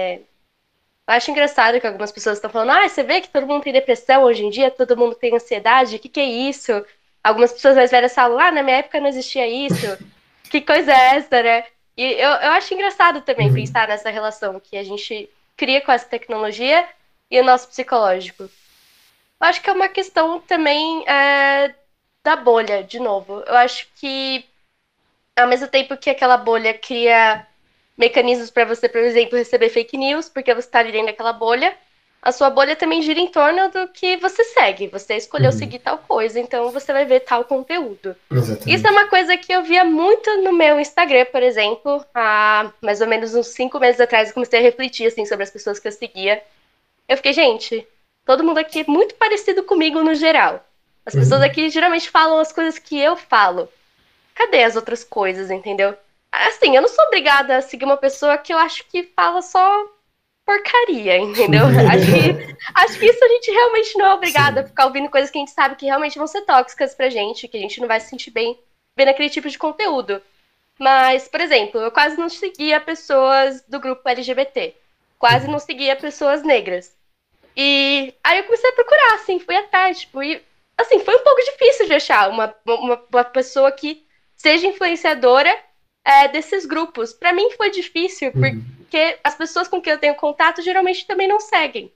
Eu acho engraçado que algumas pessoas estão falando, você vê que todo mundo tem depressão hoje em dia, todo mundo tem ansiedade, o que é isso? Algumas pessoas mais velhas falam, na minha época não existia isso, que coisa é essa, né? E eu acho engraçado também pensar nessa relação que a gente cria com essa tecnologia e o nosso psicológico. Eu acho que é uma questão também da bolha, de novo. Eu acho que, ao mesmo tempo que aquela bolha cria mecanismos para você, por exemplo, receber fake news, porque você está ali dentro daquela bolha, a sua bolha também gira em torno do que você segue. Você escolheu seguir tal coisa, então você vai ver tal conteúdo. Exatamente. Isso é uma coisa que eu via muito no meu Instagram, por exemplo. Há mais ou menos uns 5 meses atrás eu comecei a refletir assim, sobre as pessoas que eu seguia. Eu fiquei, gente, todo mundo aqui é muito parecido comigo no geral. As pessoas aqui geralmente falam as coisas que eu falo. Cadê as outras coisas, entendeu? Assim, eu não sou obrigada a seguir uma pessoa que eu acho que fala só porcaria, entendeu? Acho que isso a gente realmente não é obrigada a ficar ouvindo coisas que a gente sabe que realmente vão ser tóxicas pra gente, que a gente não vai se sentir bem vendo aquele tipo de conteúdo. Mas, por exemplo, eu quase não seguia pessoas do grupo LGBT. Quase não seguia pessoas negras. E aí eu comecei a procurar, assim, fui atrás, tipo, e assim, foi um pouco difícil de achar uma pessoa que seja influenciadora desses grupos. Pra mim foi difícil, porque as pessoas com quem eu tenho contato geralmente também não seguem.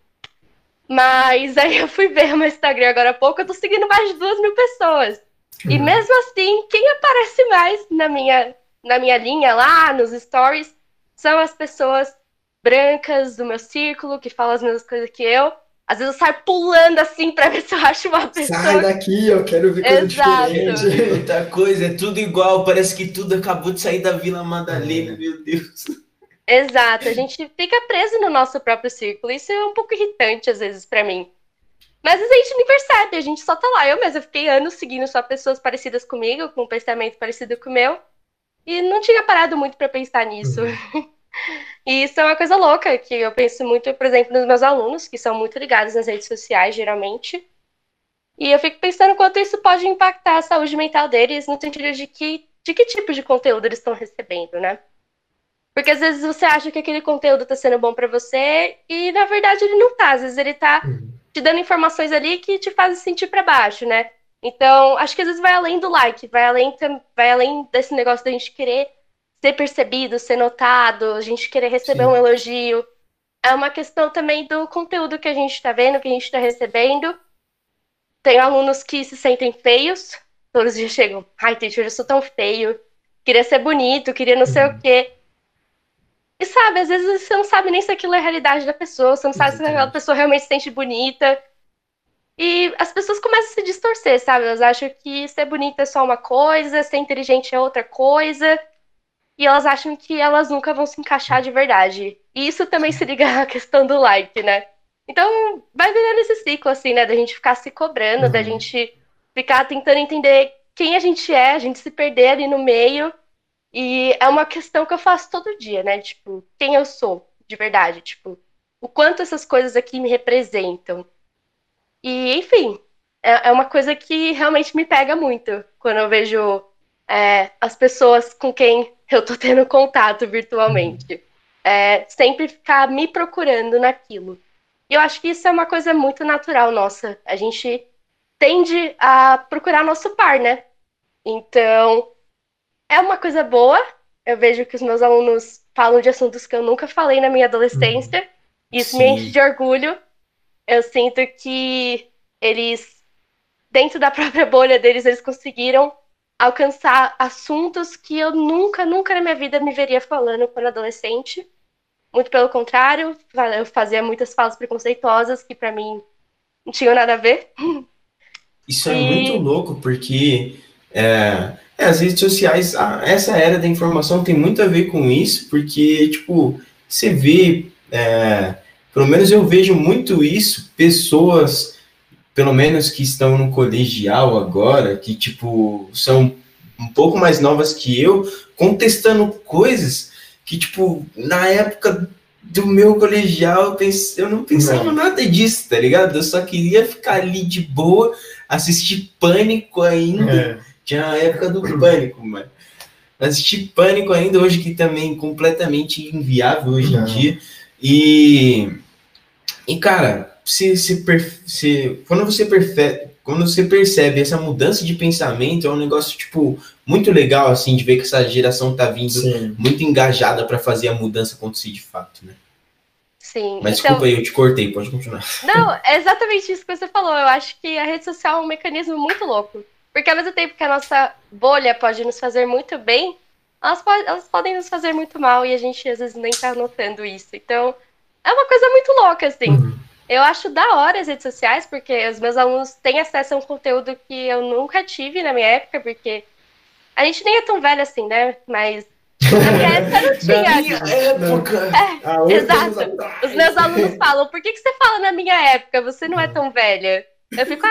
Mas aí eu fui ver o meu Instagram agora há pouco, eu tô seguindo mais de 2.000 pessoas. E mesmo assim, quem aparece mais na minha linha lá, nos stories, são as pessoas brancas do meu círculo, que falam as mesmas coisas que eu. Às vezes eu saio pulando assim pra ver se eu acho uma pessoa. Sai daqui, eu quero ver coisa diferente. Outra coisa, é tudo igual, parece que tudo acabou de sair da Vila Madalena, meu Deus. Exato, a gente fica preso no nosso próprio círculo. Isso é um pouco irritante às vezes pra mim. Mas a gente nem percebe, a gente só tá lá. Eu mesma fiquei anos seguindo só pessoas parecidas comigo, com um pensamento parecido com o meu. E não tinha parado muito pra pensar nisso. E isso é uma coisa louca, que eu penso muito, por exemplo, nos meus alunos, que são muito ligados nas redes sociais, geralmente. E eu fico pensando quanto isso pode impactar a saúde mental deles, no sentido de que tipo de conteúdo eles estão recebendo, né? Porque às vezes você acha que aquele conteúdo está sendo bom para você e, na verdade, ele não tá. Às vezes ele tá te dando informações ali que te fazem sentir para baixo, né? Então, acho que às vezes vai além do like, vai além desse negócio da gente querer ser percebido, ser notado, a gente querer receber um elogio. É uma questão também do conteúdo que a gente está vendo, que a gente está recebendo. Tem alunos que se sentem feios, todos os dias chegam, teacher, eu sou tão feio, queria ser bonito, queria não sei o quê. E sabe, às vezes você não sabe nem se aquilo é a realidade da pessoa, você não sabe se aquela pessoa realmente se sente bonita. E as pessoas começam a se distorcer, sabe? Elas acham que ser bonita é só uma coisa, ser inteligente é outra coisa. E elas acham que elas nunca vão se encaixar de verdade. E isso também se liga à questão do like, né? Então, vai virando esse ciclo, assim, né? Da gente ficar se cobrando, da gente ficar tentando entender quem a gente é, a gente se perder ali no meio. E é uma questão que eu faço todo dia, né? Tipo, quem eu sou, de verdade. Tipo, o quanto essas coisas aqui me representam. E, enfim, é uma coisa que realmente me pega muito quando eu vejo as pessoas com quem eu tô tendo contato virtualmente. Sempre ficar me procurando naquilo. E eu acho que isso é uma coisa muito natural nossa. A gente tende a procurar nosso par, né? Então, é uma coisa boa. Eu vejo que os meus alunos falam de assuntos que eu nunca falei na minha adolescência. Isso me enche de orgulho. Eu sinto que eles, dentro da própria bolha deles, eles conseguiram alcançar assuntos que eu nunca na minha vida me veria falando quando adolescente. Muito pelo contrário, eu fazia muitas falas preconceituosas que pra mim não tinham nada a ver. Isso é muito louco, porque as redes sociais, essa era da informação tem muito a ver com isso, porque, tipo, você vê Pelo menos eu vejo muito isso, pessoas, pelo menos que estão no colegial agora, que, tipo, são um pouco mais novas que eu, contestando coisas que, tipo, na época do meu colegial, eu não pensava nada disso, tá ligado? Eu só queria ficar ali de boa, assistir Pânico ainda. Tinha a época do Pânico, mano. Assistir Pânico ainda, hoje que também é completamente inviável hoje em dia. E cara, quando você percebe essa mudança de pensamento, é um negócio, tipo, muito legal, assim, de ver que essa geração tá vindo muito engajada para fazer a mudança acontecer de fato, né? Sim. Mas então, desculpa aí, eu te cortei, pode continuar. Não, é exatamente isso que você falou. Eu acho que a rede social é um mecanismo muito louco. Porque ao mesmo tempo que a nossa bolha pode nos fazer muito bem, elas podem nos fazer muito mal e a gente às vezes nem tá notando isso. Então, é uma coisa muito louca, assim. Eu acho da hora as redes sociais, porque os meus alunos têm acesso a um conteúdo que eu nunca tive na minha época, porque a gente nem é tão velho assim, né? Mas na minha época não tinha. Na minha época! Exato. Os meus alunos falam, por que você fala na minha época? Você não é tão velha. Eu fico,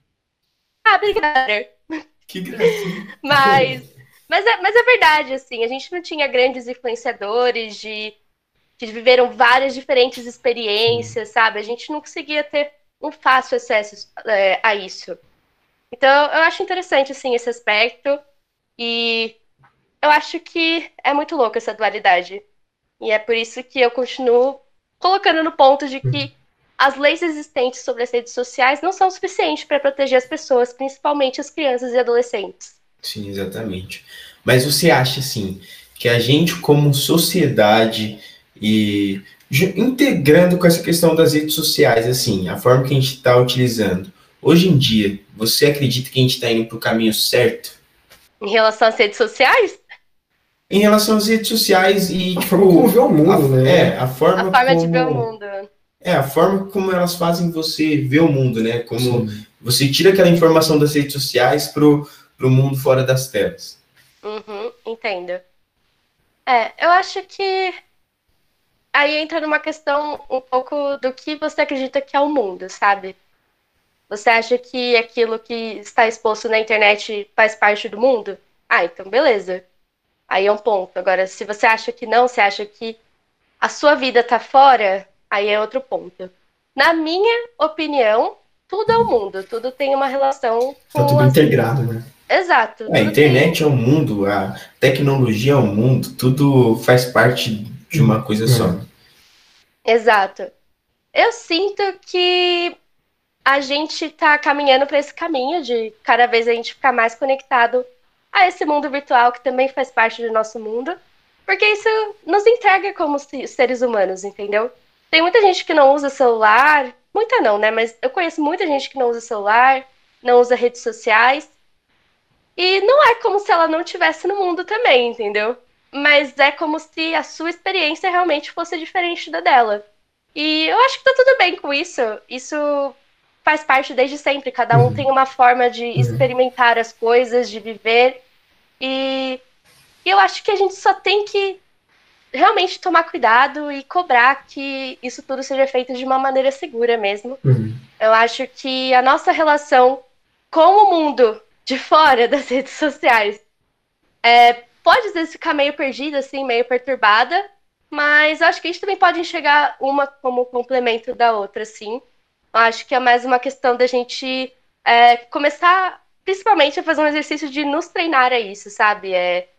obrigada. Que gracinha. Mas é verdade, assim, a gente não tinha grandes influenciadores que viveram várias diferentes experiências, sabe? A gente não conseguia ter um fácil acesso a isso. Então, eu acho interessante, assim, esse aspecto. E eu acho que é muito louco essa dualidade. E é por isso que eu continuo colocando no ponto de que as leis existentes sobre as redes sociais não são suficientes para proteger as pessoas, principalmente as crianças e adolescentes. Sim, exatamente. Mas você acha, assim, que a gente, como sociedade, e integrando com essa questão das redes sociais, assim, a forma que a gente está utilizando, hoje em dia, você acredita que a gente está indo para o caminho certo? Em relação às redes sociais? Em relação às redes sociais e, a forma como vê o mundo, né? A forma de ver o mundo. A forma como elas fazem você ver o mundo, né? Como você tira aquela informação das redes sociais pro mundo fora das telas. Entendo. Eu acho que aí entra numa questão um pouco do que você acredita que é o mundo, sabe? Você acha que aquilo que está exposto na internet faz parte do mundo? Então beleza. Aí é um ponto. Agora, se você acha que não, você acha que a sua vida tá fora, aí é outro ponto. Na minha opinião, tudo é o mundo. Tudo tem uma relação com... Tá tudo integrado, né? Exato. A internet é o mundo, a tecnologia é o mundo, tudo faz parte de uma coisa só. Exato. Eu sinto que a gente tá caminhando para esse caminho de cada vez a gente ficar mais conectado a esse mundo virtual que também faz parte do nosso mundo, porque isso nos entrega como seres humanos, entendeu? Tem muita gente que não usa celular, muita não, né? Mas eu conheço muita gente que não usa celular, não usa redes sociais, e não é como se ela não estivesse no mundo também, entendeu? Mas é como se a sua experiência realmente fosse diferente da dela. E eu acho que tá tudo bem com isso. Isso faz parte desde sempre. Cada um tem uma forma de experimentar as coisas, de viver. E eu acho que a gente só tem que realmente tomar cuidado e cobrar que isso tudo seja feito de uma maneira segura mesmo. Eu acho que a nossa relação com o mundo de fora das redes sociais pode às vezes ficar meio perdida, assim, meio perturbada, mas eu acho que a gente também pode enxergar uma como complemento da outra, assim. Eu acho que é mais uma questão da gente começar, principalmente, a fazer um exercício de nos treinar a isso, sabe?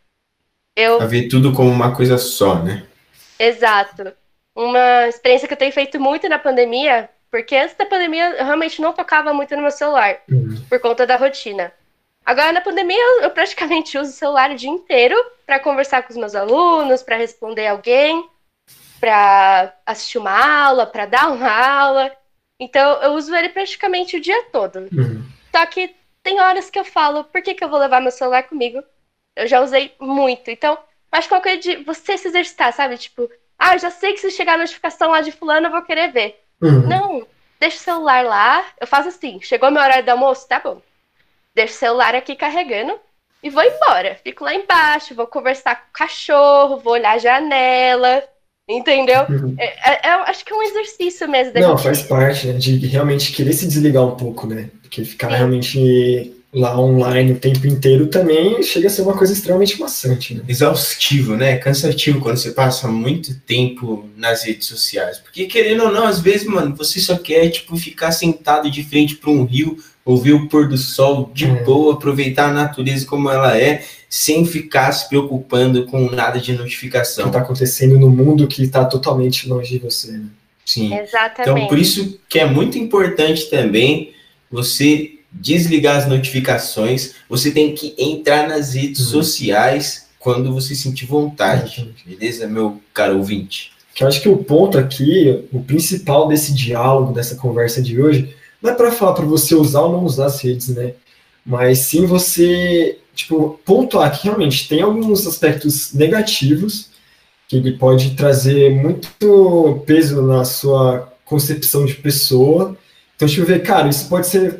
A ver tudo como uma coisa só, né? Exato. Uma experiência que eu tenho feito muito na pandemia, porque antes da pandemia eu realmente não tocava muito no meu celular, por conta da rotina. Agora, na pandemia, eu praticamente uso o celular o dia inteiro para conversar com os meus alunos, para responder alguém, para assistir uma aula, para dar uma aula. Então, eu uso ele praticamente o dia todo. Só que tem horas que eu falo, por que eu vou levar meu celular comigo? Eu já usei muito. Então, acho que é uma coisa de você se exercitar, sabe? Tipo, eu já sei que se chegar a notificação lá de fulano, eu vou querer ver. Não, deixa o celular lá. Eu faço assim, chegou meu horário do almoço? Tá bom. Deixo o celular aqui carregando e vou embora. Fico lá embaixo, vou conversar com o cachorro, vou olhar a janela. Entendeu? Eu acho que é um exercício mesmo da Não, gente. faz parte, né, de realmente querer se desligar um pouco, né? Porque ficar Sim. realmente lá online o tempo inteiro também chega a ser uma coisa extremamente maçante, né? Exaustivo, né? Cansativo quando você passa muito tempo nas redes sociais. Porque, querendo ou não, às vezes, mano, você só quer, tipo, ficar sentado de frente para um rio, ouvir o pôr do sol de boa, aproveitar a natureza como ela é, sem ficar se preocupando com nada de O notificação. que está acontecendo no mundo que está totalmente longe de você, né? Sim. Exatamente. Então, por isso que é muito importante também você desligar as notificações. Você tem que entrar nas redes sociais quando você sentir vontade. Beleza, meu caro ouvinte? Que eu acho que o ponto aqui, o principal desse diálogo, dessa conversa de hoje, não é para falar para você usar ou não usar as redes, né? Mas sim você, tipo, pontuar que realmente tem alguns aspectos negativos que ele pode trazer muito peso na sua concepção de pessoa. Então, tipo, ver, cara, isso pode ser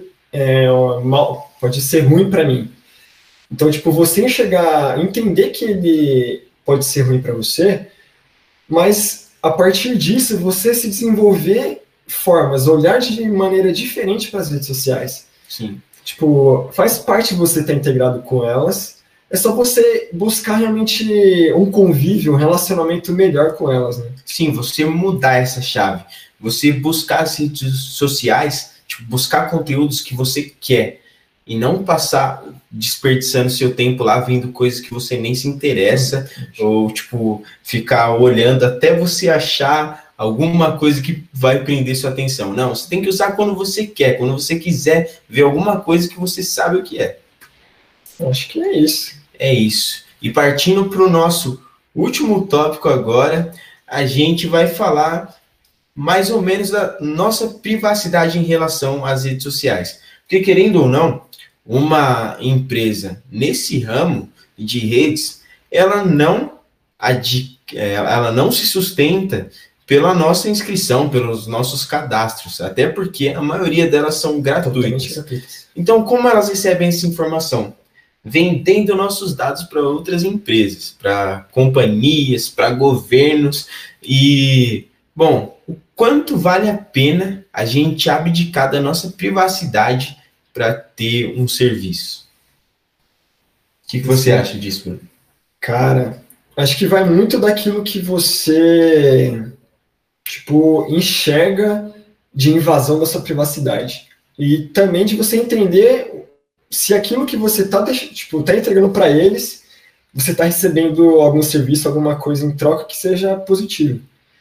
mal, pode ser ruim para mim. Então, tipo, você enxergar, entender que ele pode ser ruim para você, mas a partir disso você se desenvolver formas, olhar de maneira diferente para as redes sociais. Sim. Tipo, faz parte você estar integrado com elas. É só você buscar realmente um convívio, um relacionamento melhor com elas, né? Sim, você mudar essa chave. Você buscar as redes sociais, tipo, buscar conteúdos que você quer. E não passar desperdiçando seu tempo lá vendo coisas que você nem se interessa. Ou, tipo, ficar olhando até você achar alguma coisa que vai prender sua atenção. Não, você tem que usar quando você quer. Quando você quiser ver alguma coisa que você sabe o que é. Acho que é isso. É isso. E partindo para o nosso último tópico agora, a gente vai falar mais ou menos da nossa privacidade em relação às redes sociais. Porque, querendo ou não, uma empresa nesse ramo de redes, ela não se sustenta pela nossa inscrição, pelos nossos cadastros, até porque a maioria delas são gratuitas. Então, como elas recebem essa informação? Vendendo nossos dados para outras empresas, para companhias, para governos. E, bom, o quanto vale a pena a gente abdicar da nossa privacidade para ter um serviço? O que você acha disso, Bruno? Cara, acho que vai muito daquilo que você, tipo, enxerga de invasão da sua privacidade. E também de você entender se aquilo que você tá entregando para eles, você está recebendo algum serviço, alguma coisa em troca que seja positivo.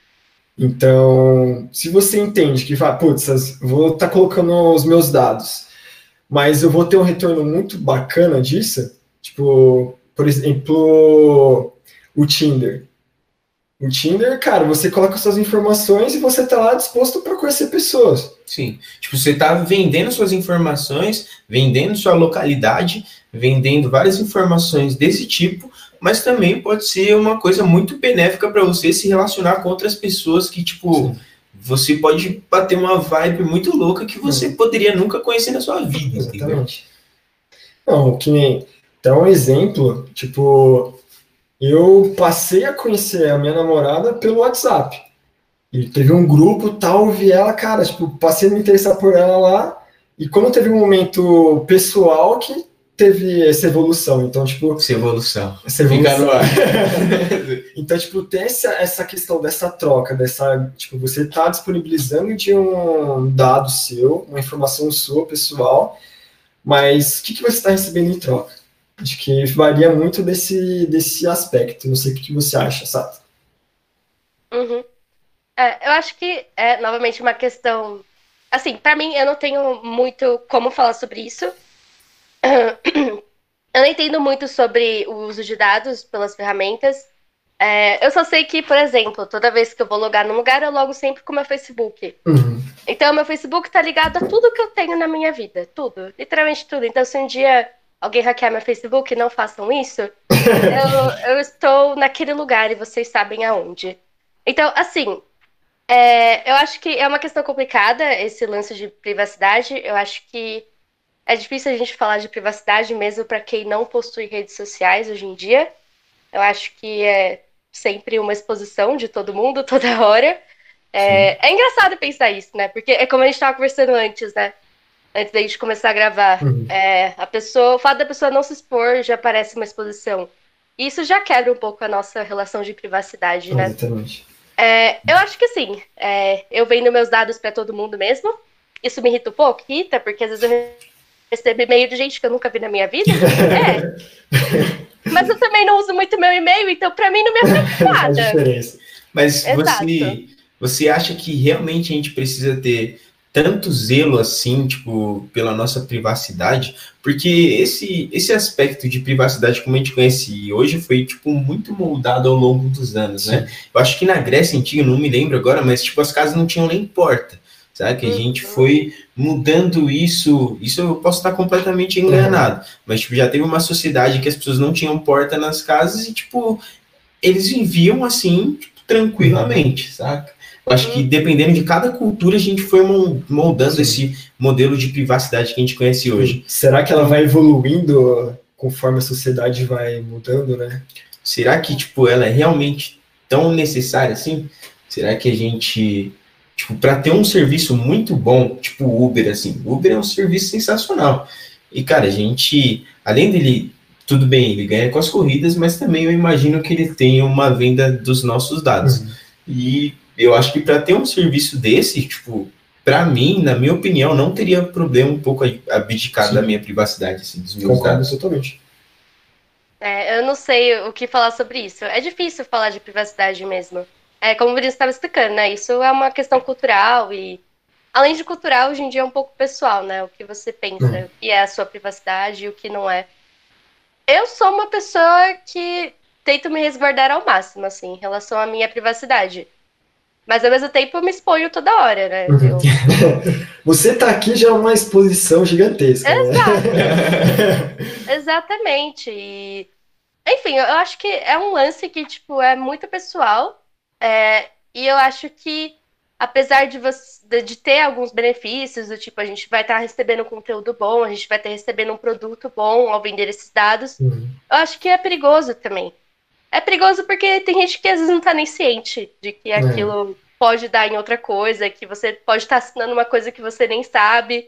Então, se você entende que, putz, vou estar colocando os meus dados, mas eu vou ter um retorno muito bacana disso, tipo, por exemplo, o Tinder. O Tinder, cara, você coloca suas informações e você tá lá disposto para conhecer pessoas. Sim. Tipo, você tá vendendo suas informações, vendendo sua localidade, vendendo várias informações desse tipo, mas também pode ser uma coisa muito benéfica para você se relacionar com outras pessoas que, tipo, sim, você pode bater uma vibe muito louca que você poderia nunca conhecer na sua vida. Exatamente. Entendeu? Não, que nem... Então, um exemplo, tipo... Eu passei a conhecer a minha namorada pelo WhatsApp. E teve um grupo tal, vi ela, cara, tipo, passei a me interessar por ela lá. E quando teve um momento pessoal que teve essa evolução. Então, tipo... Essa evolução. Fica no ar. Então, tipo, tem essa questão dessa troca, tipo, você tá disponibilizando de um dado seu, uma informação sua, pessoal, mas o que você está recebendo em troca? Acho que varia muito desse aspecto. Não sei o que você acha, Sato. Uhum. Eu acho que é novamente uma questão. Assim, para mim, eu não tenho muito como falar sobre isso. Eu não entendo muito sobre o uso de dados pelas ferramentas. Eu só sei que, por exemplo, toda vez que eu vou logar num lugar, eu logo sempre com o meu Facebook. Uhum. Então, meu Facebook tá ligado a tudo que eu tenho na minha vida. Tudo. Literalmente tudo. Então, se um dia alguém hackear meu Facebook, não façam isso. Eu estou naquele lugar e vocês sabem aonde. Então, assim, eu acho que é uma questão complicada esse lance de privacidade. Eu acho que é difícil a gente falar de privacidade mesmo para quem não possui redes sociais hoje em dia. Eu acho que sempre uma exposição de todo mundo, toda hora. É engraçado pensar isso, né? Porque é como a gente estava conversando antes, né? Antes da gente começar a gravar. O fato da pessoa não se expor já parece uma exposição. E isso já quebra um pouco a nossa relação de privacidade, né? Exatamente. Eu acho que assim, eu vendo meus dados para todo mundo mesmo. Isso me irrita um pouco? Irrita, porque às vezes eu recebo e-mail de gente que eu nunca vi na minha vida. Mas eu também não uso muito meu e-mail, então para mim não me afeta nada. Faz diferença. Mas você acha que realmente a gente precisa ter tanto zelo assim, tipo, pela nossa privacidade? Porque esse aspecto de privacidade, como a gente conhece hoje, foi, tipo, muito moldado ao longo dos anos, né? Eu acho que na Grécia Antiga, não me lembro agora, mas, tipo, as casas não tinham nem porta, sabe? Que a gente foi mudando isso eu posso estar completamente enganado, mas, tipo, já teve uma sociedade que as pessoas não tinham porta nas casas e, tipo, eles viviam assim, tipo, tranquilamente, saca? Eu acho que dependendo de cada cultura, a gente foi moldando esse modelo de privacidade que a gente conhece hoje. Será que ela vai evoluindo conforme a sociedade vai mudando, né? Será que, tipo, ela é realmente tão necessária assim? Será que a gente, tipo, para ter um serviço muito bom, tipo o Uber, assim, o Uber é um serviço sensacional. E, cara, a gente, além dele, tudo bem, ele ganha com as corridas, mas também eu imagino que ele tenha uma venda dos nossos dados. E eu acho que para ter um serviço desse, tipo, para mim, na minha opinião, não teria problema um pouco abdicar da minha privacidade, assim, dos meus dados. Totalmente. Eu não sei o que falar sobre isso. É difícil falar de privacidade mesmo. Como o Vinícius estava explicando, né? Isso é uma questão cultural e, além de cultural, hoje em dia é um pouco pessoal, né? O que você pensa, o que é a sua privacidade e o que não é. Eu sou uma pessoa que tento me resguardar ao máximo, assim, em relação à minha privacidade. Mas, ao mesmo tempo, eu me exponho toda hora, né? Você tá aqui já é uma exposição gigantesca, Exato. né? Exatamente. E, enfim, eu acho que é um lance que, tipo, é muito pessoal. E eu acho que, apesar de ter alguns benefícios, do tipo, a gente vai estar recebendo conteúdo bom, a gente vai estar recebendo um produto bom ao vender esses dados, eu acho que é perigoso também. É perigoso porque tem gente que às vezes não tá nem ciente de que aquilo pode dar em outra coisa, que você pode estar assinando uma coisa que você nem sabe.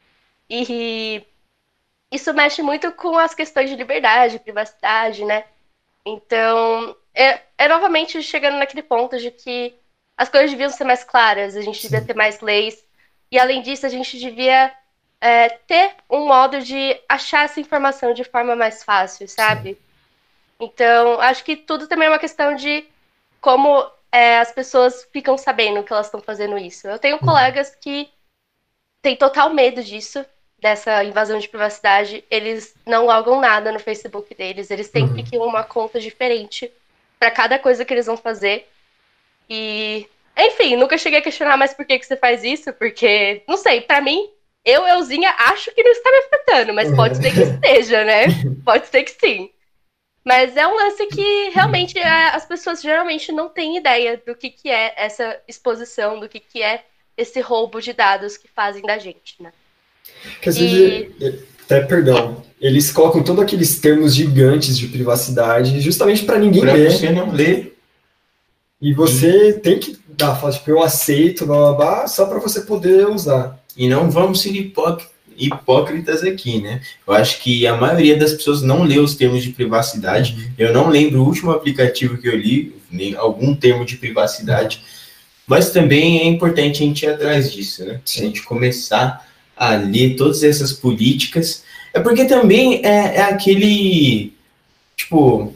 E isso mexe muito com as questões de liberdade, privacidade, né? Então, novamente chegando naquele ponto de que as coisas deviam ser mais claras, a gente devia ter mais leis. E, além disso, a gente devia ter um modo de achar essa informação de forma mais fácil, sabe? Então, acho que tudo também é uma questão de como as pessoas ficam sabendo que elas estão fazendo isso. Eu tenho colegas que têm total medo disso, dessa invasão de privacidade. Eles não logam nada no Facebook deles, eles sempre criam uma conta diferente para cada coisa que eles vão fazer. E, enfim, nunca cheguei a questionar mais por que você faz isso, porque, não sei, pra mim, euzinha, acho que não está me afetando, mas pode ser que esteja, né? Pode ser que sim. Mas é um lance que realmente as pessoas geralmente não têm ideia do que é essa exposição, do que é esse roubo de dados que fazem da gente, né? Quer dizer, perdão, eles colocam todos aqueles termos gigantes de privacidade justamente para ninguém ler. Pra você não ler. E você tem que falar, tipo, eu aceito, blá, blá, blá, só para você poder usar. E não vamos ser hipócritas aqui, né? Eu acho que a maioria das pessoas não lê os termos de privacidade. Eu não lembro o último aplicativo que eu li, nem algum termo de privacidade, mas também é importante a gente ir atrás disso, né? A gente começar a ler todas essas políticas. É porque também é aquele, tipo,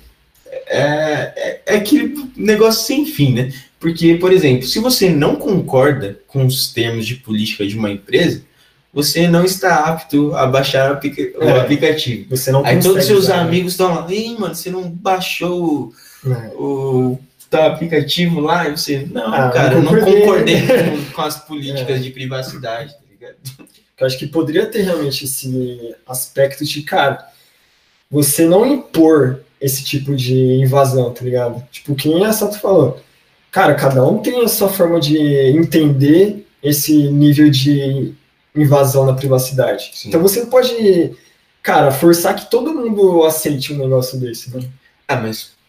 é aquele negócio sem fim, né? Porque, por exemplo, se você não concorda com os termos de política de uma empresa, você não está apto a baixar o aplicativo. Você não Aí todos os seus usar, amigos estão lá, ei, mano, você não baixou o aplicativo lá? E você, não, cara, eu não concordei com as políticas de privacidade, tá ligado? Eu acho que poderia ter realmente esse aspecto de, cara, você não impor esse tipo de invasão, tá ligado? Tipo, que nem a Sato falou. Cara, cada um tem a sua forma de entender esse nível de invasão na privacidade. Sim. Então você não pode, cara, forçar que todo mundo aceite um negócio desse, né? Mas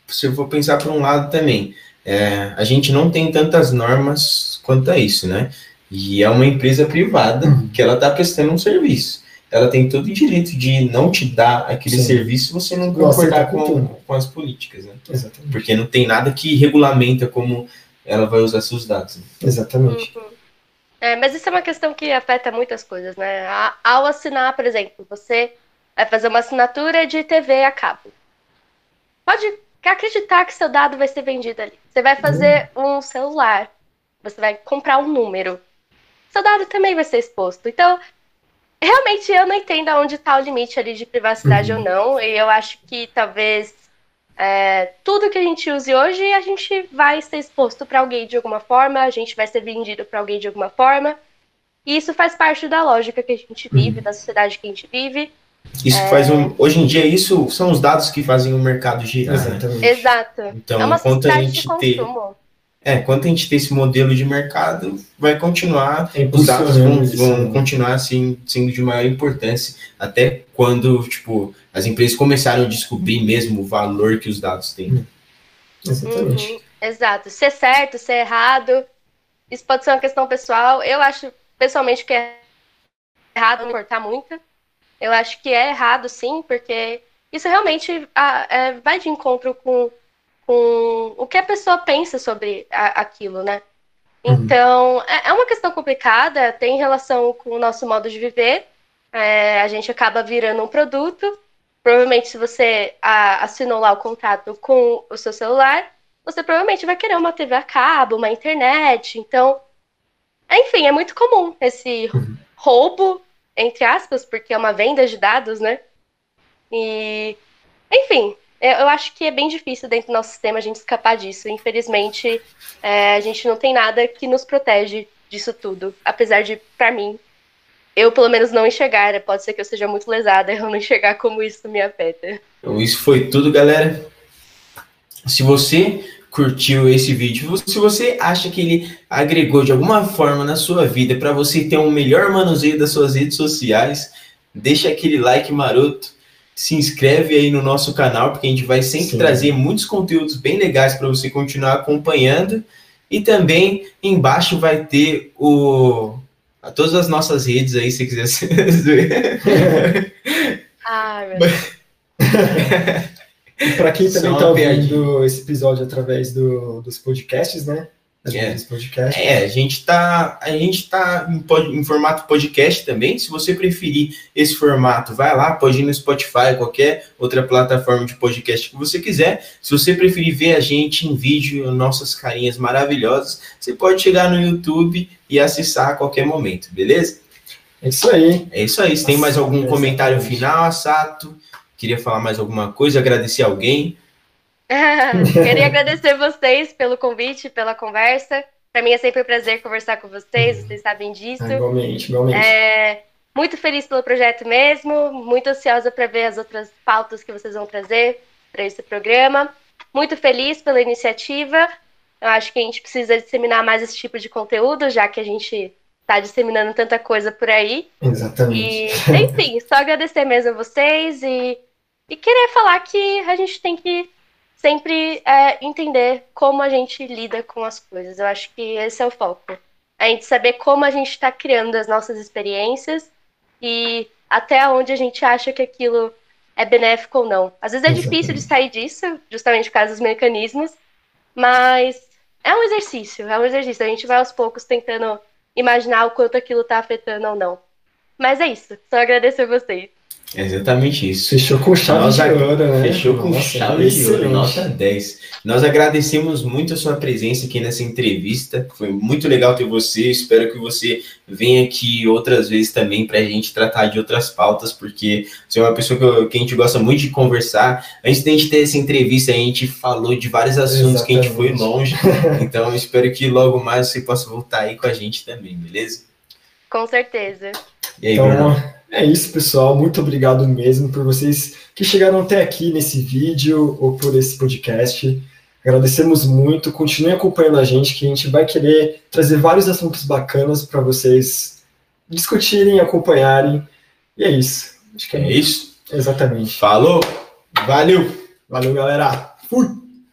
se eu for pensar por um lado também, a gente não tem tantas normas quanto a isso, né? E é uma empresa privada que ela está prestando um serviço. Ela tem todo o direito de não te dar aquele serviço se você não concordar com as políticas, né? Exatamente. Porque não tem nada que regulamenta como ela vai usar seus dados. Né? Exatamente. Mas isso é uma questão que afeta muitas coisas, né? Ao assinar, por exemplo, você vai fazer uma assinatura de TV a cabo. Pode acreditar que seu dado vai ser vendido ali. Você vai fazer um celular, você vai comprar um número. Seu dado também vai ser exposto. Então, realmente eu não entendo onde está o limite ali de privacidade ou não. E eu acho que talvez tudo que a gente use hoje, a gente vai ser exposto para alguém de alguma forma, a gente vai ser vendido para alguém de alguma forma. E isso faz parte da lógica que a gente vive, da sociedade que a gente vive. Isso faz hoje em dia, isso são os dados que fazem o mercado girar. Exatamente. Né? Exato. Então, é uma enquanto a sociedade gente de consumo. Enquanto a gente ter esse modelo de mercado, vai continuar, os dados vão continuar assim, sendo de maior importância, até quando, tipo, as empresas começaram a descobrir mesmo o valor que os dados têm. Exatamente. Exato. Se é certo, se é errado, isso pode ser uma questão pessoal. Eu acho, pessoalmente, que é errado não importar muito. Eu acho que é errado, sim, porque isso realmente vai de encontro com o que a pessoa pensa sobre aquilo, né? Então, é uma questão complicada, tem relação com o nosso modo de viver. A gente acaba virando um produto. Provavelmente, se você assinou lá o contrato com o seu celular, você provavelmente vai querer uma TV a cabo, uma internet. Então, enfim, é muito comum esse roubo, entre aspas, porque é uma venda de dados, né? E, enfim, eu acho que é bem difícil dentro do nosso sistema a gente escapar disso. Infelizmente, a gente não tem nada que nos protege disso tudo. Apesar de, pra mim, eu pelo menos não enxergar. Pode ser que eu seja muito lesada e eu não enxergar como isso me afeta. Então, isso foi tudo, galera. Se você curtiu esse vídeo, se você acha que ele agregou de alguma forma na sua vida para você ter um melhor manuseio das suas redes sociais, deixa aquele like maroto, se inscreve aí no nosso canal, porque a gente vai sempre trazer muitos conteúdos bem legais para você continuar acompanhando. E também embaixo vai ter todas as nossas redes aí, se você quiser ver. Ai, meu Deus. E para quem também está ouvindo esse episódio através dos podcasts, né? A gente tá em formato podcast também. Se você preferir esse formato, vai lá, pode ir no Spotify, qualquer outra plataforma de podcast que você quiser. Se você preferir ver a gente em vídeo, nossas carinhas maravilhosas, você pode chegar no YouTube e acessar a qualquer momento, beleza? É isso aí. É isso aí. Se tem mais algum comentário final, Sato? Queria falar mais alguma coisa, agradecer alguém? Queria agradecer vocês pelo convite, pela conversa. Para mim é sempre um prazer conversar com vocês sabem disso. Igualmente. Muito feliz pelo projeto mesmo, muito ansiosa para ver as outras pautas que vocês vão trazer para esse programa. Muito feliz pela iniciativa. Eu acho que a gente precisa disseminar mais esse tipo de conteúdo, já que a gente está disseminando tanta coisa por aí. Exatamente. E, enfim, só agradecer mesmo a vocês e querer falar que a gente tem que sempre entender como a gente lida com as coisas. Eu acho que esse é o foco. A gente saber como a gente está criando as nossas experiências e até onde a gente acha que aquilo é benéfico ou não. Às vezes é difícil de sair disso, justamente por causa dos mecanismos, mas é um exercício. A gente vai aos poucos tentando imaginar o quanto aquilo está afetando ou não. Mas é isso. Só agradecer a vocês. É exatamente isso. Fechou com chave de ouro, né? Fechou com chave de ouro, nota 10. Nós agradecemos muito a sua presença aqui nessa entrevista. Foi muito legal ter você. Espero que você venha aqui outras vezes também para a gente tratar de outras pautas, porque você é uma pessoa que a gente gosta muito de conversar. Antes da gente ter essa entrevista, a gente falou de vários assuntos que a gente foi longe. Então, espero que logo mais você possa voltar aí com a gente também, beleza? Com certeza. E aí, então, é isso, pessoal. Muito obrigado mesmo por vocês que chegaram até aqui nesse vídeo ou por esse podcast. Agradecemos muito. Continuem acompanhando a gente, que a gente vai querer trazer vários assuntos bacanas para vocês discutirem, acompanharem. E é isso. Acho que é isso. Exatamente. Falou. Valeu. Valeu, galera. Fui.